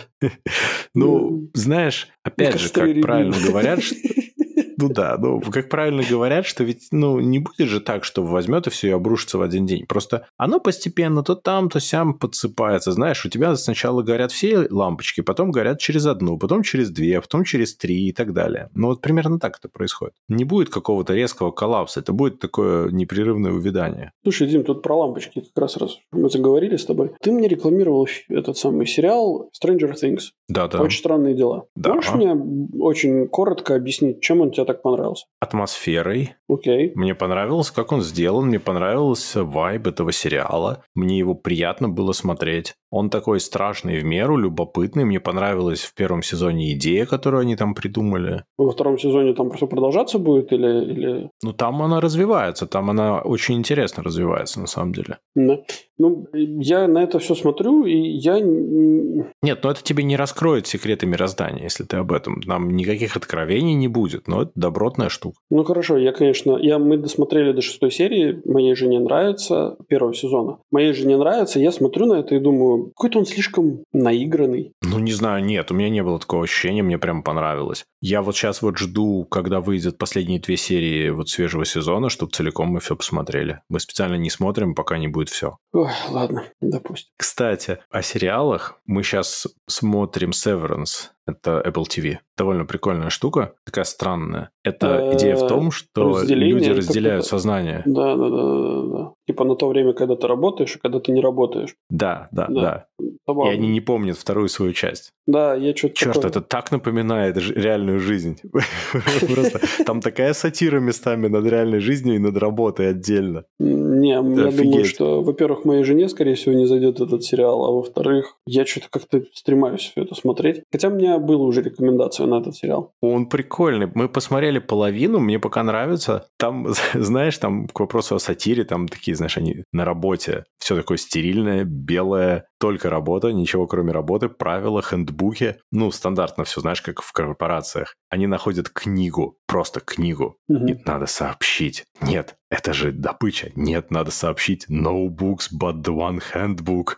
Ну, знаешь, опять же, как правильно говорят, что... Ну да, ну как правильно говорят, что ведь ну не будет же так, что возьмет и все и обрушится в один день. Просто оно постепенно то там, то сям подсыпается. Знаешь, у тебя сначала горят все лампочки, потом горят через одну, потом через две, потом через три и так далее. Ну вот примерно так это происходит. Не будет какого-то резкого коллапса, это будет такое непрерывное увядание. Слушай, Дим, тут про лампочки как раз раз мы заговорили с тобой. Ты мне рекламировал этот самый сериал Stranger Things. Да, да. Очень странные дела. Да. Можешь мне очень коротко объяснить, чем он тебе так понравился? Атмосферой. Окей. Мне понравилось, как он сделан, мне понравился вайб этого сериала. Мне его приятно было смотреть. Он такой страшный в меру, любопытный. Мне понравилась в первом сезоне идея, которую они там придумали. Во втором сезоне там все продолжаться будет или... или... Ну, там она развивается, там она очень интересно развивается, на самом деле. Да. Ну, я на это все смотрю, и я... Нет, ну это тебе не раскроет секреты мироздания, если ты об этом. Нам никаких откровений не будет, но это добротная штука. Ну, хорошо, я, конечно... Я, мы досмотрели до шестой серии, моей жене нравится, первого сезона. Моей жене нравится, я смотрю на это и думаю, какой-то он слишком наигранный. Ну, не знаю, нет, у меня не было такого ощущения, мне прям понравилось. Я вот сейчас вот жду, когда выйдут последние две серии вот свежего сезона, чтобы целиком мы все посмотрели. Мы специально не смотрим, пока не будет все. Ой, ладно, допустим. Кстати, о сериалах мы сейчас смотрим Severance. Это Apple ти ви. Довольно прикольная штука, такая странная. Это идея в том, что люди разделяют сознание. Да, да, да, да, да. Типа на то время, когда ты работаешь, и когда ты не работаешь. Да, да, да. И они не помнят вторую свою часть. Да, я что-то Черт, такое... это так напоминает реальную жизнь. Просто там такая сатира местами над реальной жизнью и над работой отдельно. Не, я думаю, что, во-первых, моей жене, скорее всего, не зайдет этот сериал, а во-вторых, я что-то как-то стремаюсь все это смотреть. Хотя у меня была уже рекомендация на этот сериал. Он прикольный. Мы посмотрели половину, мне пока нравится. Там, знаешь, там к вопросу о сатире, там такие, знаешь, они на работе. Все такое стерильное, белое, только работа, ничего кроме работы, правила, хендбуки. Ну, стандартно все, знаешь, как в корпорациях. Они находят книгу, просто книгу, угу. И надо сообщить. Нет, это же добыча. Нет, надо сообщить no books but the one handbook.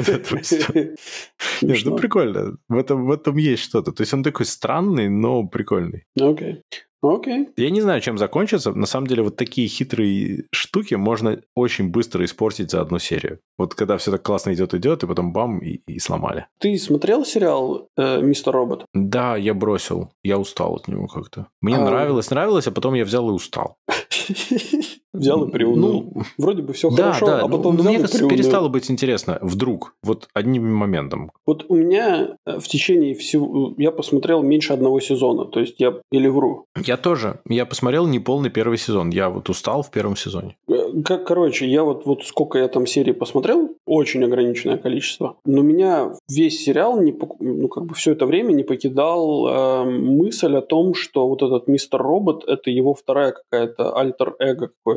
Нет, ну прикольно. В этом, в этом есть что-то. То есть он такой странный, но прикольный. Окей. Окей. Я не знаю, чем закончится. На самом деле, вот такие хитрые штуки можно очень быстро испортить за одну серию. Вот когда все так классно идет-идет, и потом бам, и, и сломали. Ты смотрел сериал э, «Мистер Робот»? Да, я бросил. Я устал от него как-то. Мне а... нравилось, нравилось, а потом я взял и устал. Взял и приуныл. Ну, вроде бы все да, хорошо, да, а потом ну, взял мне и кажется, перестало быть интересно. Вдруг. Вот одним моментом. Вот у меня в течение всего... Я посмотрел меньше одного сезона. То есть я или вру. Я тоже. Я посмотрел неполный первый сезон. Я вот устал в первом сезоне. Как, короче, я вот, вот сколько я там серий посмотрел, очень ограниченное количество. Но меня весь сериал, не, ну, как бы все это время не покидал э, мысль о том, что вот этот мистер Робот – это его вторая какая-то альтер-эго какое-то.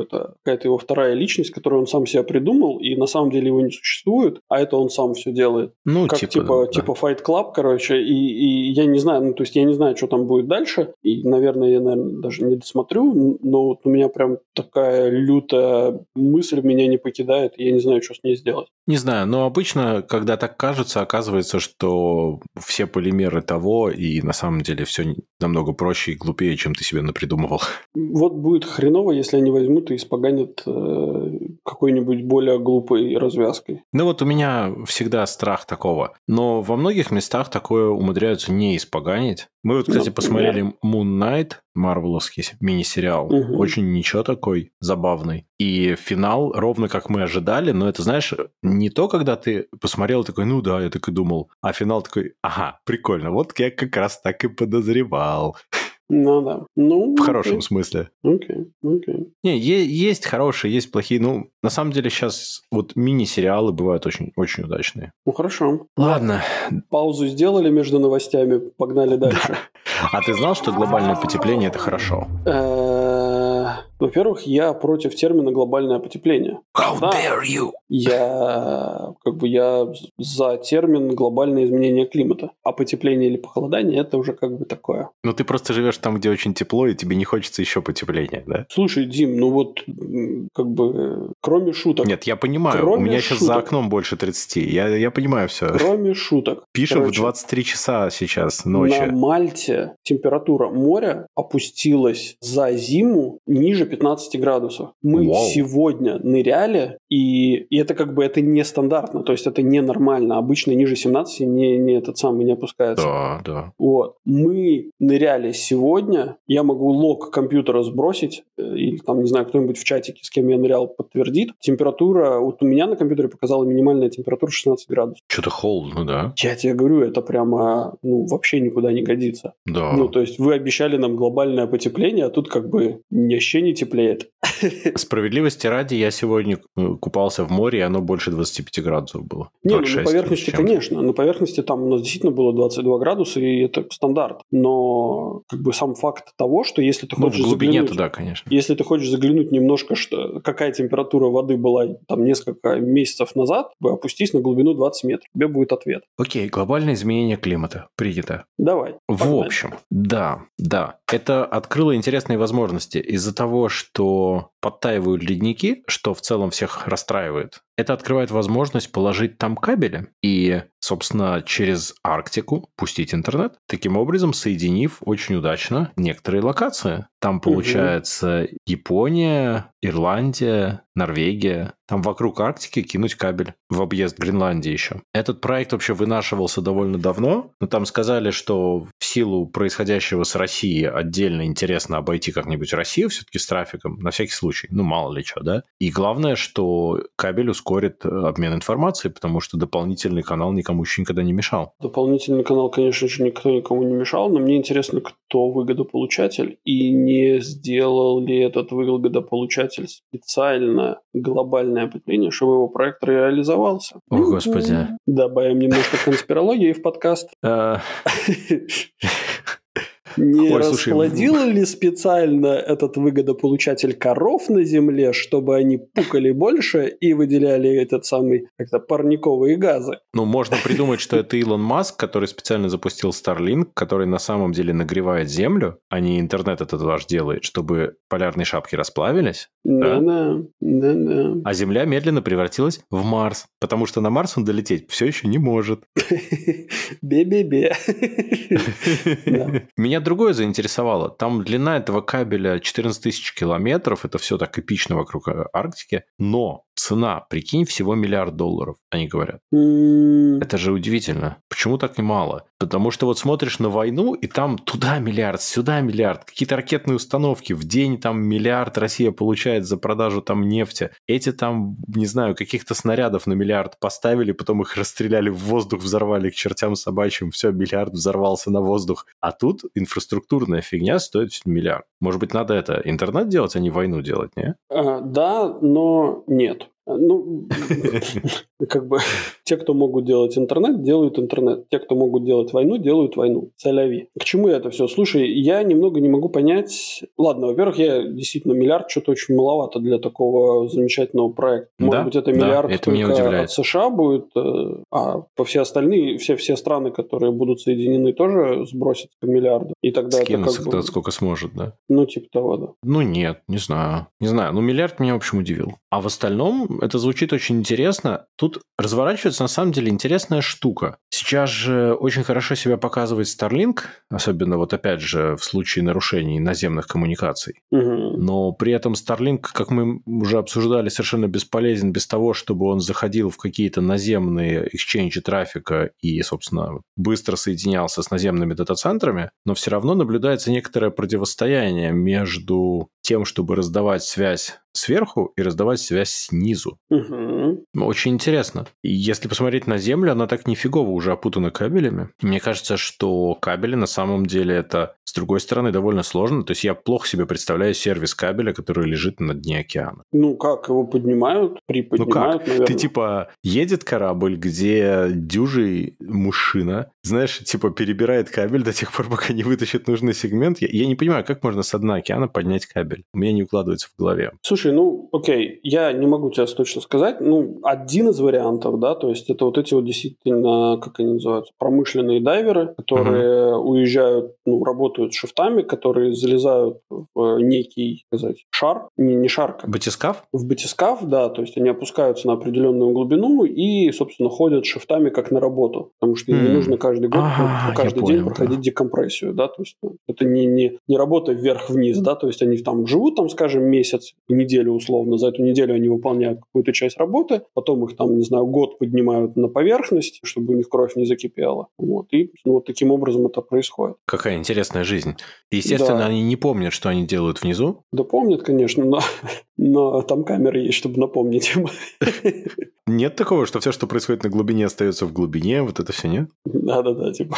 это какая-то его вторая личность, которую он сам себя придумал, и на самом деле его не существует, а это он сам все делает. Ну, как типа, типа, да, типа Fight Club, короче, и, и я не знаю, ну, то есть я не знаю, что там будет дальше, и, наверное, я, наверное, даже не досмотрю, но вот у меня прям такая лютая мысль меня не покидает, и я не знаю, что с ней сделать. Не знаю, но обычно, когда так кажется, оказывается, что все полимеры того, и на самом деле все намного проще и глупее, чем ты себе напридумывал. Вот будет хреново, если они возьмут и испоганят э, какой-нибудь более глупой развязкой. Ну вот у меня всегда страх такого. Но во многих местах такое умудряются не испоганить. Мы вот, кстати, Например? посмотрели Moon Knight, марвеловский мини-сериал. Угу. Очень ничего такой, забавный. И финал ровно как мы ожидали, но это, знаешь, не то, когда ты посмотрел такой, ну да, я так и думал, а финал такой, ага, прикольно, вот я как раз так и подозревал. Ну да. Ну, В хорошем окей. смысле. Окей, окей. Не, е- есть хорошие, есть плохие. Ну, на самом деле сейчас вот мини-сериалы бывают очень, очень удачные. Ну хорошо. Ладно. Паузу сделали между новостями, погнали дальше. А ты знал, что глобальное потепление – это хорошо? Э, Во-первых, я против термина глобальное потепление. How Да. dare you? Я как бы я за термин глобальное изменение климата. А потепление или похолодание это уже как бы такое. Ну, ты просто живешь там, где очень тепло, и тебе не хочется еще потепления, да? Слушай, Дим, ну вот м, как бы кроме шуток. Нет, я понимаю, Кроме у меня сейчас за шуток. окном больше тридцати. Я, я понимаю все. Кроме шуток. Пишем Короче, в двадцать три часа сейчас ночи. На Мальте температура моря опустилась за зиму ниже пятнадцати градусов. Мы Вау. сегодня ныряли, и, и это как бы это нестандартно, то есть это ненормально. Обычно ниже семнадцати не, не этот самый не опускается. Да, да. Вот. Мы ныряли сегодня, я могу лог компьютера сбросить, э, или там, не знаю, кто-нибудь в чатике, с кем я нырял, подтвердит. Температура, вот у меня на компьютере показала минимальная температура шестнадцать градусов. Что-то холодно, да? Я тебе говорю, это прямо, ну, вообще никуда не годится. Да. Ну, то есть вы обещали нам глобальное потепление, а тут как бы вообще не теплеет. Справедливости ради, я сегодня э, купался в море, и оно больше двадцати пяти градусов было. Не, ну двадцать шесть на поверхности, с чем-то. конечно. На поверхности там у нас действительно было двадцать два градуса, и это стандарт. Но как бы сам факт того, что если ты Ну, в хочешь глубине заглянуть... туда, конечно. Если ты хочешь заглянуть немножко, что, какая температура воды была там несколько месяцев назад, опустись на глубину двадцать метров. Тебе будет ответ. Окей, глобальное изменение климата. Принято. Давай. В погнали. общем, да, да. Это открыло интересные возможности из-за того, что подтаивают ледники, что в целом всех расстраивает. Это открывает возможность положить там кабели и, собственно, через Арктику пустить интернет, таким образом соединив очень удачно некоторые локации. Там получается Япония, Ирландия, Норвегия. Там вокруг Арктики кинуть кабель в объезд Гренландии еще. Этот проект вообще вынашивался довольно давно, но там сказали, что в силу происходящего с Россией отдельно интересно обойти как-нибудь Россию все-таки с трафиком, на всякий случай, ну мало ли что, да? И главное, что кабель ускорит обмен информацией, потому что дополнительный канал никому еще никогда не мешал. Дополнительный канал, конечно же, никто никому не мешал, но мне интересно, кто выгодополучатель и не сделал ли этот выгодополучатель специально глобальное потепление, чтобы его проект реализовался. О, Господи. Добавим немножко конспирологии в подкаст. Э, Не Ой, слушай, расплодил ли специально этот выгодополучатель коров на земле, чтобы они пукали больше и выделяли этот самый как-то парниковые газы? Ну, можно придумать, что это Илон Маск, который специально запустил Starlink, который на самом деле нагревает Землю, а не интернет этот ваш делает, чтобы полярные шапки расплавились. Да? Да-да, да-да. А Земля медленно превратилась в Марс, потому что на Марс он долететь все еще не может. Бе-бе-бе. Да. Меня другое заинтересовало. Там длина этого кабеля четырнадцать тысяч километров. Это все так эпично вокруг Арктики. Но цена, прикинь, всего миллиард долларов, они говорят. М, Это же удивительно. Почему так немало? Потому что вот смотришь на войну, и там туда миллиард, сюда миллиард. Какие-то ракетные установки. В день там миллиард Россия получает за продажу там нефти. Эти там, не знаю, каких-то снарядов на миллиард поставили, потом их расстреляли в воздух, взорвали к чертям собачьим. Все, миллиард взорвался на воздух. А тут инфраструктурная фигня стоит миллиард. Может быть, надо это интернет делать, а не войну делать, не? а, Да, но нет. Ну, как бы те, кто могут делать интернет, делают интернет. Те, кто могут делать войну, делают войну. Соляви. К чему это все? Слушай, я немного не могу понять... Ладно, во-первых, я действительно миллиард что-то очень маловато для такого замечательного проекта. Может Да, быть, это да, миллиард это меня только удивляет. от США будет, э, а по все остальные, все, все страны, которые будут соединены, тоже сбросят по миллиарду. И тогда Скинуться это как кто бы... сколько сможет, да? Ну, типа того, да. Ну, нет, не знаю. Не знаю, ну, миллиард меня, в общем, удивил. А в остальном это звучит очень интересно. Тут разворачивается, на самом деле, интересная штука. Сейчас же очень хорошо себя показывает Starlink, особенно вот опять же в случае нарушений наземных коммуникаций. Угу. Но при этом Starlink, как мы уже обсуждали, совершенно бесполезен без того, чтобы он заходил в какие-то наземные эксченджи трафика и, собственно, быстро соединялся с наземными дата-центрами, но все равно наблюдается некоторое противостояние между тем, чтобы раздавать связь сверху и раздавать связь снизу. Угу. Очень интересно. И если посмотреть на Землю, она так нифигово уже опутана кабелями. Мне кажется, что кабели на самом деле это, с другой стороны, довольно сложно. То есть я плохо себе представляю сервис кабеля, который лежит на дне океана. Ну как, его поднимают, приподнимают, ну как? наверное. Ты типа едет корабль, где дюжий мужчина, знаешь, типа перебирает кабель до тех пор, пока не вытащит нужный сегмент. Я, я не понимаю, как можно с дна океана поднять кабель. У меня не укладывается в голове. Слушай, ну окей, я не могу тебе точно сказать. Ну, один из вариантов, да, то есть это вот эти вот действительно, как они называются, промышленные дайверы, которые uh-huh. уезжают, ну, работают шифтами, которые залезают в некий, сказать, шар, не, не шар, как... Батискаф? В батискаф, да, то есть они опускаются на определенную глубину и, собственно, ходят шифтами как на работу, потому что им hmm. не нужно каждый год, ага, каждый день понял, проходить да. декомпрессию, да, то есть это не, не, не работа вверх-вниз, да, то есть они там живут, там, скажем, месяц, неделю условно, за эту неделю они выполняют какую-то часть работы, потом их там, не знаю, год поднимают на поверхность, чтобы у них кровь не закипела, вот, и ну, вот таким образом это происходит. Какая интересная жизнь. Естественно, да. они не помнят, что они делают внизу. Да помнят, конечно, но, но там камеры есть, чтобы напомнить им. Нет такого, что все, что происходит на глубине, остается в глубине, вот это все, нет? Да-да-да, типа...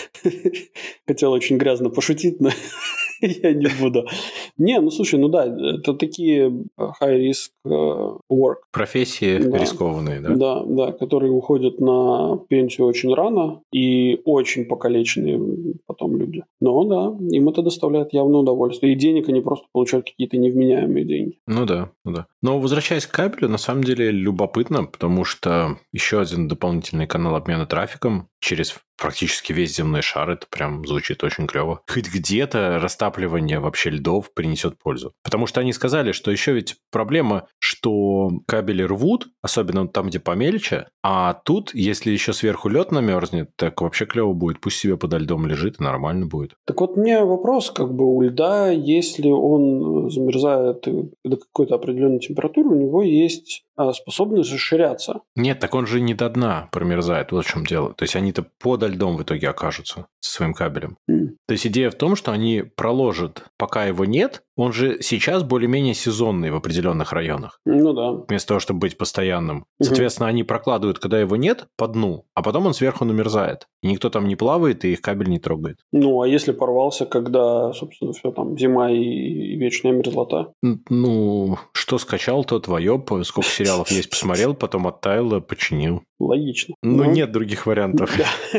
Хотел очень грязно пошутить, но я не буду. Не, ну слушай, ну да, это такие high-risk work. Профессии да. рискованные, да? Да, да, которые уходят на пенсию очень рано и очень покалеченные потом люди. Но да, им это доставляет явное удовольствие. И денег они просто получают какие-то невменяемые деньги. Ну да, ну да. Но возвращаясь к кабелю, на самом деле любопытно, потому что еще один дополнительный канал обмена трафиком через практически весь земной шар, это прям звучит очень клево. Хоть где-то растапливание вообще льдов принесет пользу. Потому что они сказали, что еще ведь проблема, что кабели рвут, особенно там, где помельче, а тут, если еще сверху лед намерзнет, так вообще клево будет. Пусть себе подо льдом лежит, и нормально будет. Так вот, мне вопрос, как бы у льда, если он замерзает до какой-то определенной температуры, у него есть способность расширяться. Нет, так он же не до дна промерзает, вот в чем дело. То есть они-то подо льдом в итоге окажутся со своим кабелем. Mm. То есть идея в том, что они проложат, пока его нет, он же сейчас более-менее сезонный в определенных районах. Ну да. Вместо того, чтобы быть постоянным. Соответственно, mm-hmm. они прокладывают, когда его нет, по дну, а потом он сверху намерзает. И никто там не плавает, и их кабель не трогает. Ну, а если порвался, когда, собственно, все там зима и вечная мерзлота? Ну, что скачал, то твое. Сколько сериалов есть, посмотрел, потом оттаяло, починил. Логично. Ну, ну, нет других вариантов.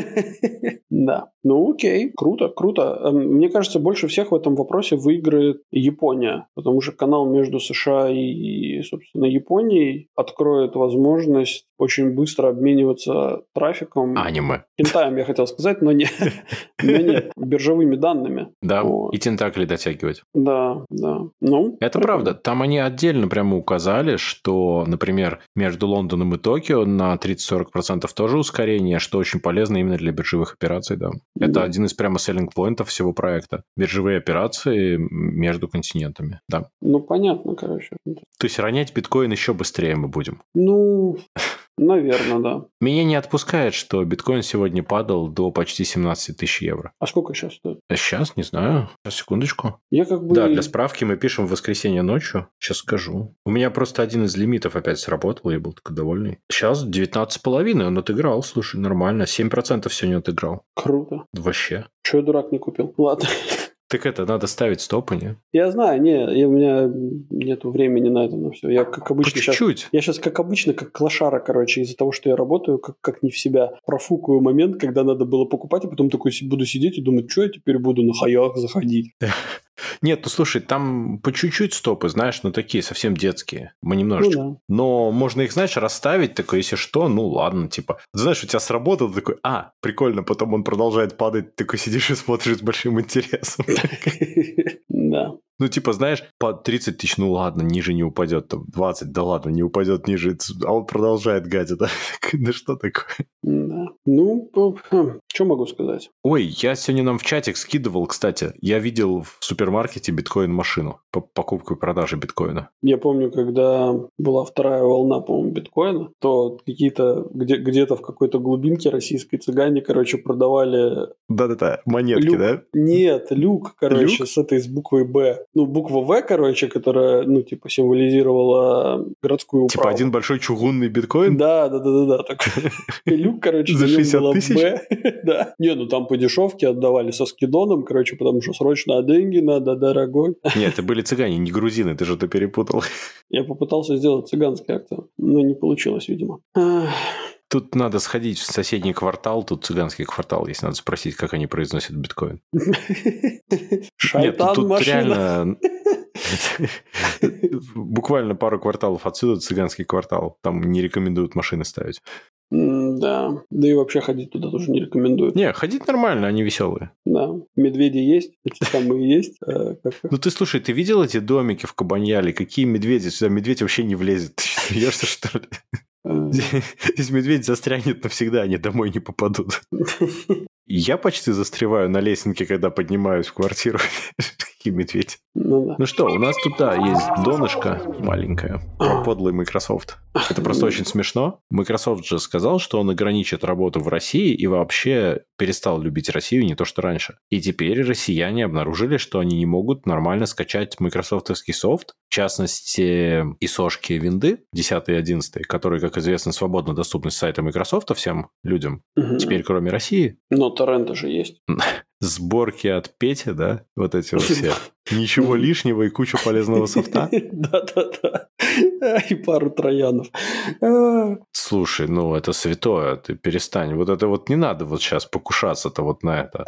Да. Ну, окей, круто, круто. Мне кажется, больше всех в этом вопросе выиграет Япония, потому что канал между США и, собственно, Японией откроет возможность очень быстро обмениваться трафиком. Аниме. Кентаем, я хотел сказать, но нет. Но нет, биржевыми данными. Да, вот. И тентакли дотягивать. Да, да. Ну, это прикольно. Правда. Там они отдельно прямо указали, что, например, между Лондоном и Токио на тридцать-сорок процентов тоже ускорение, что очень полезно именно для биржевых операций, да. Это да. один из прямо селлинг-поинтов всего проекта. Биржевые операции между континентами, да. Ну, понятно, короче. То есть ронять биткоин еще быстрее мы будем. Ну... Наверное, да. Меня не отпускает, что биткоин сегодня падал до почти семнадцать тысяч евро. А сколько сейчас стоит? А сейчас, не знаю. Сейчас, секундочку. Я как бы... Да, для справки мы пишем в воскресенье ночью. Сейчас скажу. У меня просто один из лимитов опять сработал, я был такой довольный. Сейчас девятнадцать с половиной, он отыграл, слушай, нормально. семь процентов сегодня отыграл. Круто. Вообще. Чего я дурак не купил? Ладно. Так это, надо ставить стопы, нет? Я знаю, не, я, у меня нету времени на это, на все. Я как обычно По чуть-чуть. Сейчас, я сейчас как обычно, как клошара, короче, из-за того, что я работаю, как, как не в себя, профукаю момент, когда надо было покупать, а потом такой буду сидеть и думать, что я теперь буду на хаях заходить. Нет, ну слушай, там по чуть-чуть стопы, знаешь, ну такие совсем детские. Мы немножечко. Ну, да. Но можно их, знаешь, расставить, такой, если что, ну ладно, типа. Знаешь, у тебя сработало, такой, а, прикольно, потом он продолжает падать, ты такой сидишь и смотришь с большим интересом. Да. Ну, типа, знаешь, по тридцать тысяч, ну ладно, ниже не упадет, там, двадцать, да ладно, не упадет ниже, а он продолжает гадить, да? Да что такое? Да. Ну, что могу сказать? Ой, я сегодня нам в чатик скидывал, кстати, я видел в супермаркете биткоин-машину по покупке и продаже биткоина. Я помню, когда была вторая волна, по-моему, биткоина, то какие-то, где- где-то в какой-то глубинке российской цыгане, короче, продавали... Да-да-да, монетки, люк. да? Нет, люк, короче, Люк? с этой, с буквой «Б». Ну, буква «В», короче, которая, ну, типа, символизировала городскую управу. Типа один большой чугунный биткоин? Да, да, да, да, да. Такой. И люк, короче, За на нем шестьдесят было тысяч? «Б». Да. Не, ну там по дешевке отдавали со скидоном, короче, потому что срочно деньги надо, дорогой. Нет, это были цыгане, не грузины, ты что-то перепутал. Я попытался сделать цыганский акцент, но не получилось, видимо. Ах. Тут надо сходить в соседний квартал, тут цыганский квартал, если надо спросить, как они произносят биткоин. Шайтан, Нет, тут машина. реально... Буквально пару кварталов отсюда цыганский квартал. Там не рекомендуют машины ставить. Да, да и вообще ходить туда тоже не рекомендую. Не, ходить нормально, они веселые. Да, медведи есть, эти самые есть. А как... Ну ты слушай, ты видел эти домики в Кабаньяле? Какие медведи? Сюда медведь вообще не влезет. Ты смеешься, что ли? Здесь медведь застрянет навсегда, они домой не попадут. Я почти застреваю на лесенке, когда поднимаюсь в квартиру. Какие медведи. Ну, да. Ну что, у нас тут, да, есть донышко маленькое про подлый Microsoft. Это просто очень смешно. Microsoft же сказал, что он ограничит работу в России и вообще перестал любить Россию, не то что раньше. И теперь россияне обнаружили, что они не могут нормально скачать майкрософтовский софт, в частности, исошки винды десятый и одиннадцатый, которые, как известно, свободно доступны с сайта Microsoft всем людям, Мгм. теперь кроме России. Но торренты же есть. Сборки от Пети, да, вот эти вот все. Ничего лишнего и кучу полезного софта. Да-да-да. И пару троянов. А. Слушай, ну это святое, ты перестань. Вот это вот не надо вот сейчас покушаться-то вот на это.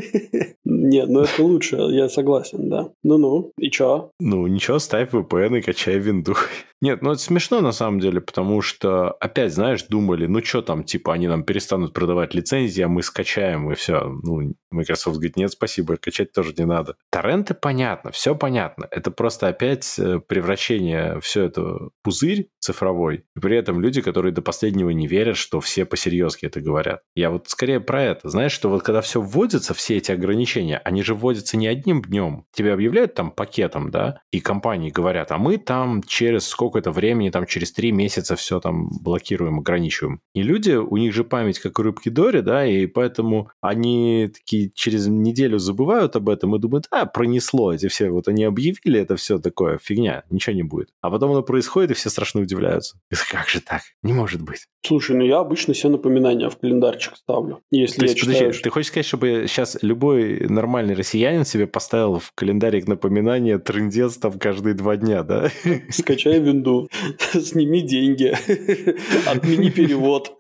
Нет, ну это лучше, я согласен, да. Ну-ну, и чё? Ну ничего, ставь ви пи эн и качай винду. Нет, ну это смешно на самом деле, потому что опять, знаешь, думали, ну что там, типа они нам перестанут продавать лицензии, а мы скачаем и все. Ну, Microsoft говорит, нет, спасибо, качать тоже не надо. Торренты понятно, все понятно. Это просто опять превращение, все это пузырь цифровой. И при этом люди, которые до последнего не верят, что все посерьезки это говорят. Я вот скорее про это. Знаешь, что вот когда все вводится, все эти ограничения, они же вводятся не одним днем. Тебе объявляют там пакетом, да, и компании говорят, а мы там через сколько-то времени, там через три месяца все там блокируем, ограничиваем. И люди, у них же память как у рыбки Дори, да, и поэтому они такие через неделю забывают об этом и думают, а, пронесло, эти все, вот они объявили, это все такое, фигня, ничего не будет. А потом оно происходит, и все страшно удивляются. И как же так? Не может быть. Слушай, ну я обычно себе напоминания в календарчик ставлю. Если То я есть, подожди, читаю, что- ты хочешь сказать, чтобы сейчас любой нормальный россиянин себе поставил в календарик напоминание трындец там каждые два дня, да? скачай винду, сними деньги, отмени перевод.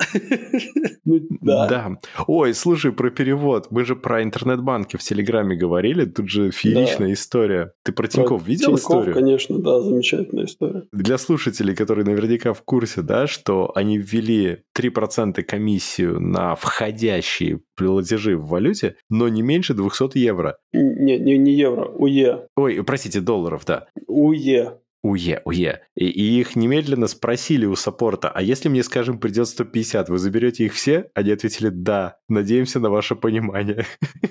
Ну да. Да. Ой, слушай, про перевод. Мы же про интернет-банки в Телеграме говорили. Тут же фееричная история. Ты про Тинькофф видел Тинькофф, историю? конечно, да, замечательная история. Для слушателей, которые наверняка в курсе, да, что они ввели три процента комиссию на входящие платежи в валюте, но не меньше двести евро. Не, не, не евро, УЕ. Ой, простите, долларов, да. УЕ. УЕ, УЕ. И, и их немедленно спросили у саппорта, а если мне, скажем, придет сто пятьдесят, вы заберете их все? Они ответили, да, надеемся на ваше понимание.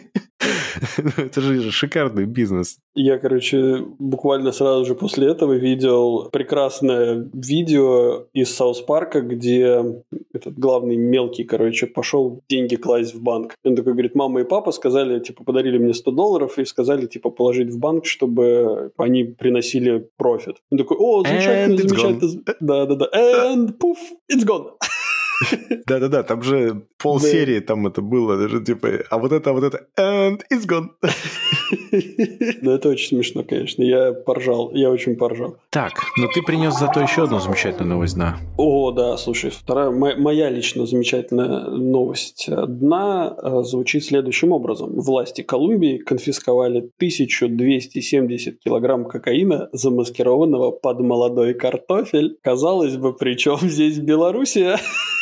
Это же шикарный бизнес. Я, короче, буквально сразу же после этого видел прекрасное видео из Саус Парка, где этот главный мелкий, короче, пошел деньги класть в банк. Он такой говорит, мама и папа сказали, типа, подарили мне сто долларов и сказали, типа, положить в банк, чтобы они приносили профит. Он такой, о, замечательно, And it's замечательно. Да-да-да. And poof, it's gone. Да-да-да, там же полсерии там это было, даже типа, а вот это, а вот это, and it's gone. Ну, это очень смешно, конечно. Я поржал, я очень поржал. Так, ну ты принес зато еще одну замечательную новость дна. О, да, слушай, вторая, моя лично замечательная новость дна звучит следующим образом. Власти Колумбии конфисковали тысячу двести семьдесят килограмм кокаина, замаскированного под молодой картофель. Казалось бы, при чем здесь Белоруссия?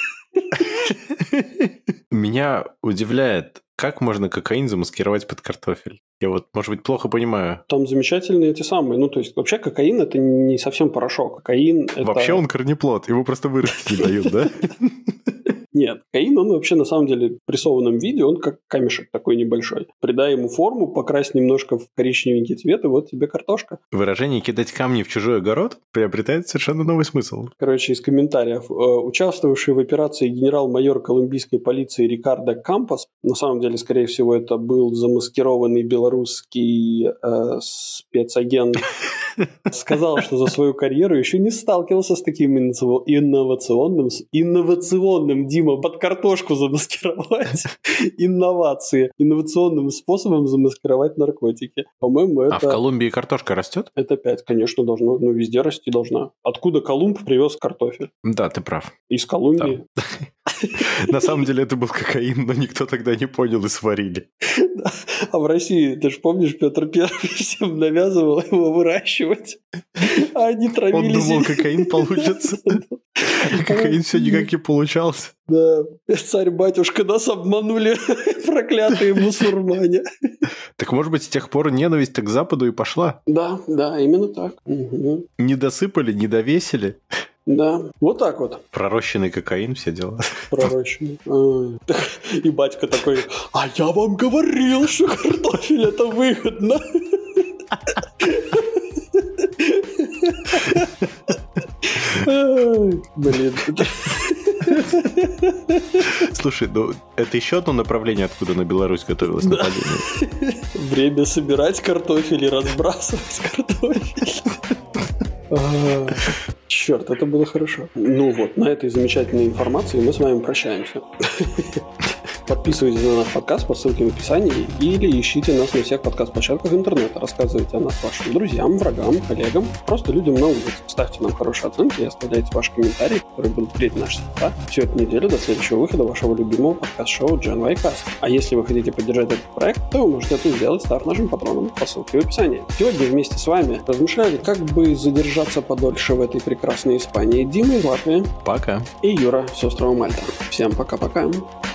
Меня удивляет, как можно кокаин замаскировать под картофель. Я вот, может быть, плохо понимаю. Там замечательные эти самые. Ну, то есть, вообще кокаин – это не совсем порошок. Кокаин – это... Вообще он корнеплод, его просто вырастить не дают, да? Нет, кокаин, он вообще на самом деле в прессованном виде, он как камешек такой небольшой. Придай ему форму, покрась немножко в коричневенький цвет, и вот тебе картошка. Выражение «кидать камни в чужой огород» приобретает совершенно новый смысл. Короче, из комментариев. Участвовавший в операции генерал-майор колумбийской полиции Рикардо Кампос, на самом деле, скорее всего, это был замаскированный белорусский э, спецагент, сказал, что за свою карьеру еще не сталкивался с таким инновационным, инновационным, Дима, под картошку замаскировать инновации, инновационным способом замаскировать наркотики. По-моему, это... А в Колумбии картошка растет? Это пять, конечно, должно, ну, везде расти должна. Откуда Колумб привез картофель? Да, ты прав. Из Колумбии. На самом деле это был кокаин, но никто тогда не понял и сварили. А в России, ты же помнишь, Петр Первый всем навязывал его выращивать, а они травились. Он думал, кокаин получится. Кокаин все никак не получался. Да, царь-батюшка, нас обманули проклятые мусульмане. Так может быть, с тех пор ненависть к Западу и пошла? Да, да, именно так. Угу. Не досыпали, не довесили. Да, вот так вот. Пророщенный кокаин, все дела. Пророщенный. И батька такой, а я вам говорил, что картофель это выгодно. Блин. Слушай, ну это еще одно направление, откуда на Беларусь готовилось да. нападение. Время собирать картофель и разбрасывать картофель. Черт, это было хорошо. Ну вот, на этой замечательной информации мы с вами прощаемся. Подписывайтесь на наш подкаст по ссылке в описании или ищите нас на всех подкаст-площадках интернета. Рассказывайте о нас вашим друзьям, врагам, коллегам, просто людям на улице. Ставьте нам хорошие оценки и оставляйте ваши комментарии, которые будут греть наши сердца всю эту неделю до следующего выхода вашего любимого подкаст-шоу джи эн вай Cast. А если вы хотите поддержать этот проект, то вы можете это сделать, став нашим патроном по ссылке в описании. Сегодня вместе с вами размышляли, как бы задержаться подольше в этой прекрасной Испании. Дима из Латвии. Пока. И Юра с острова Мальта. Всем пока-пока.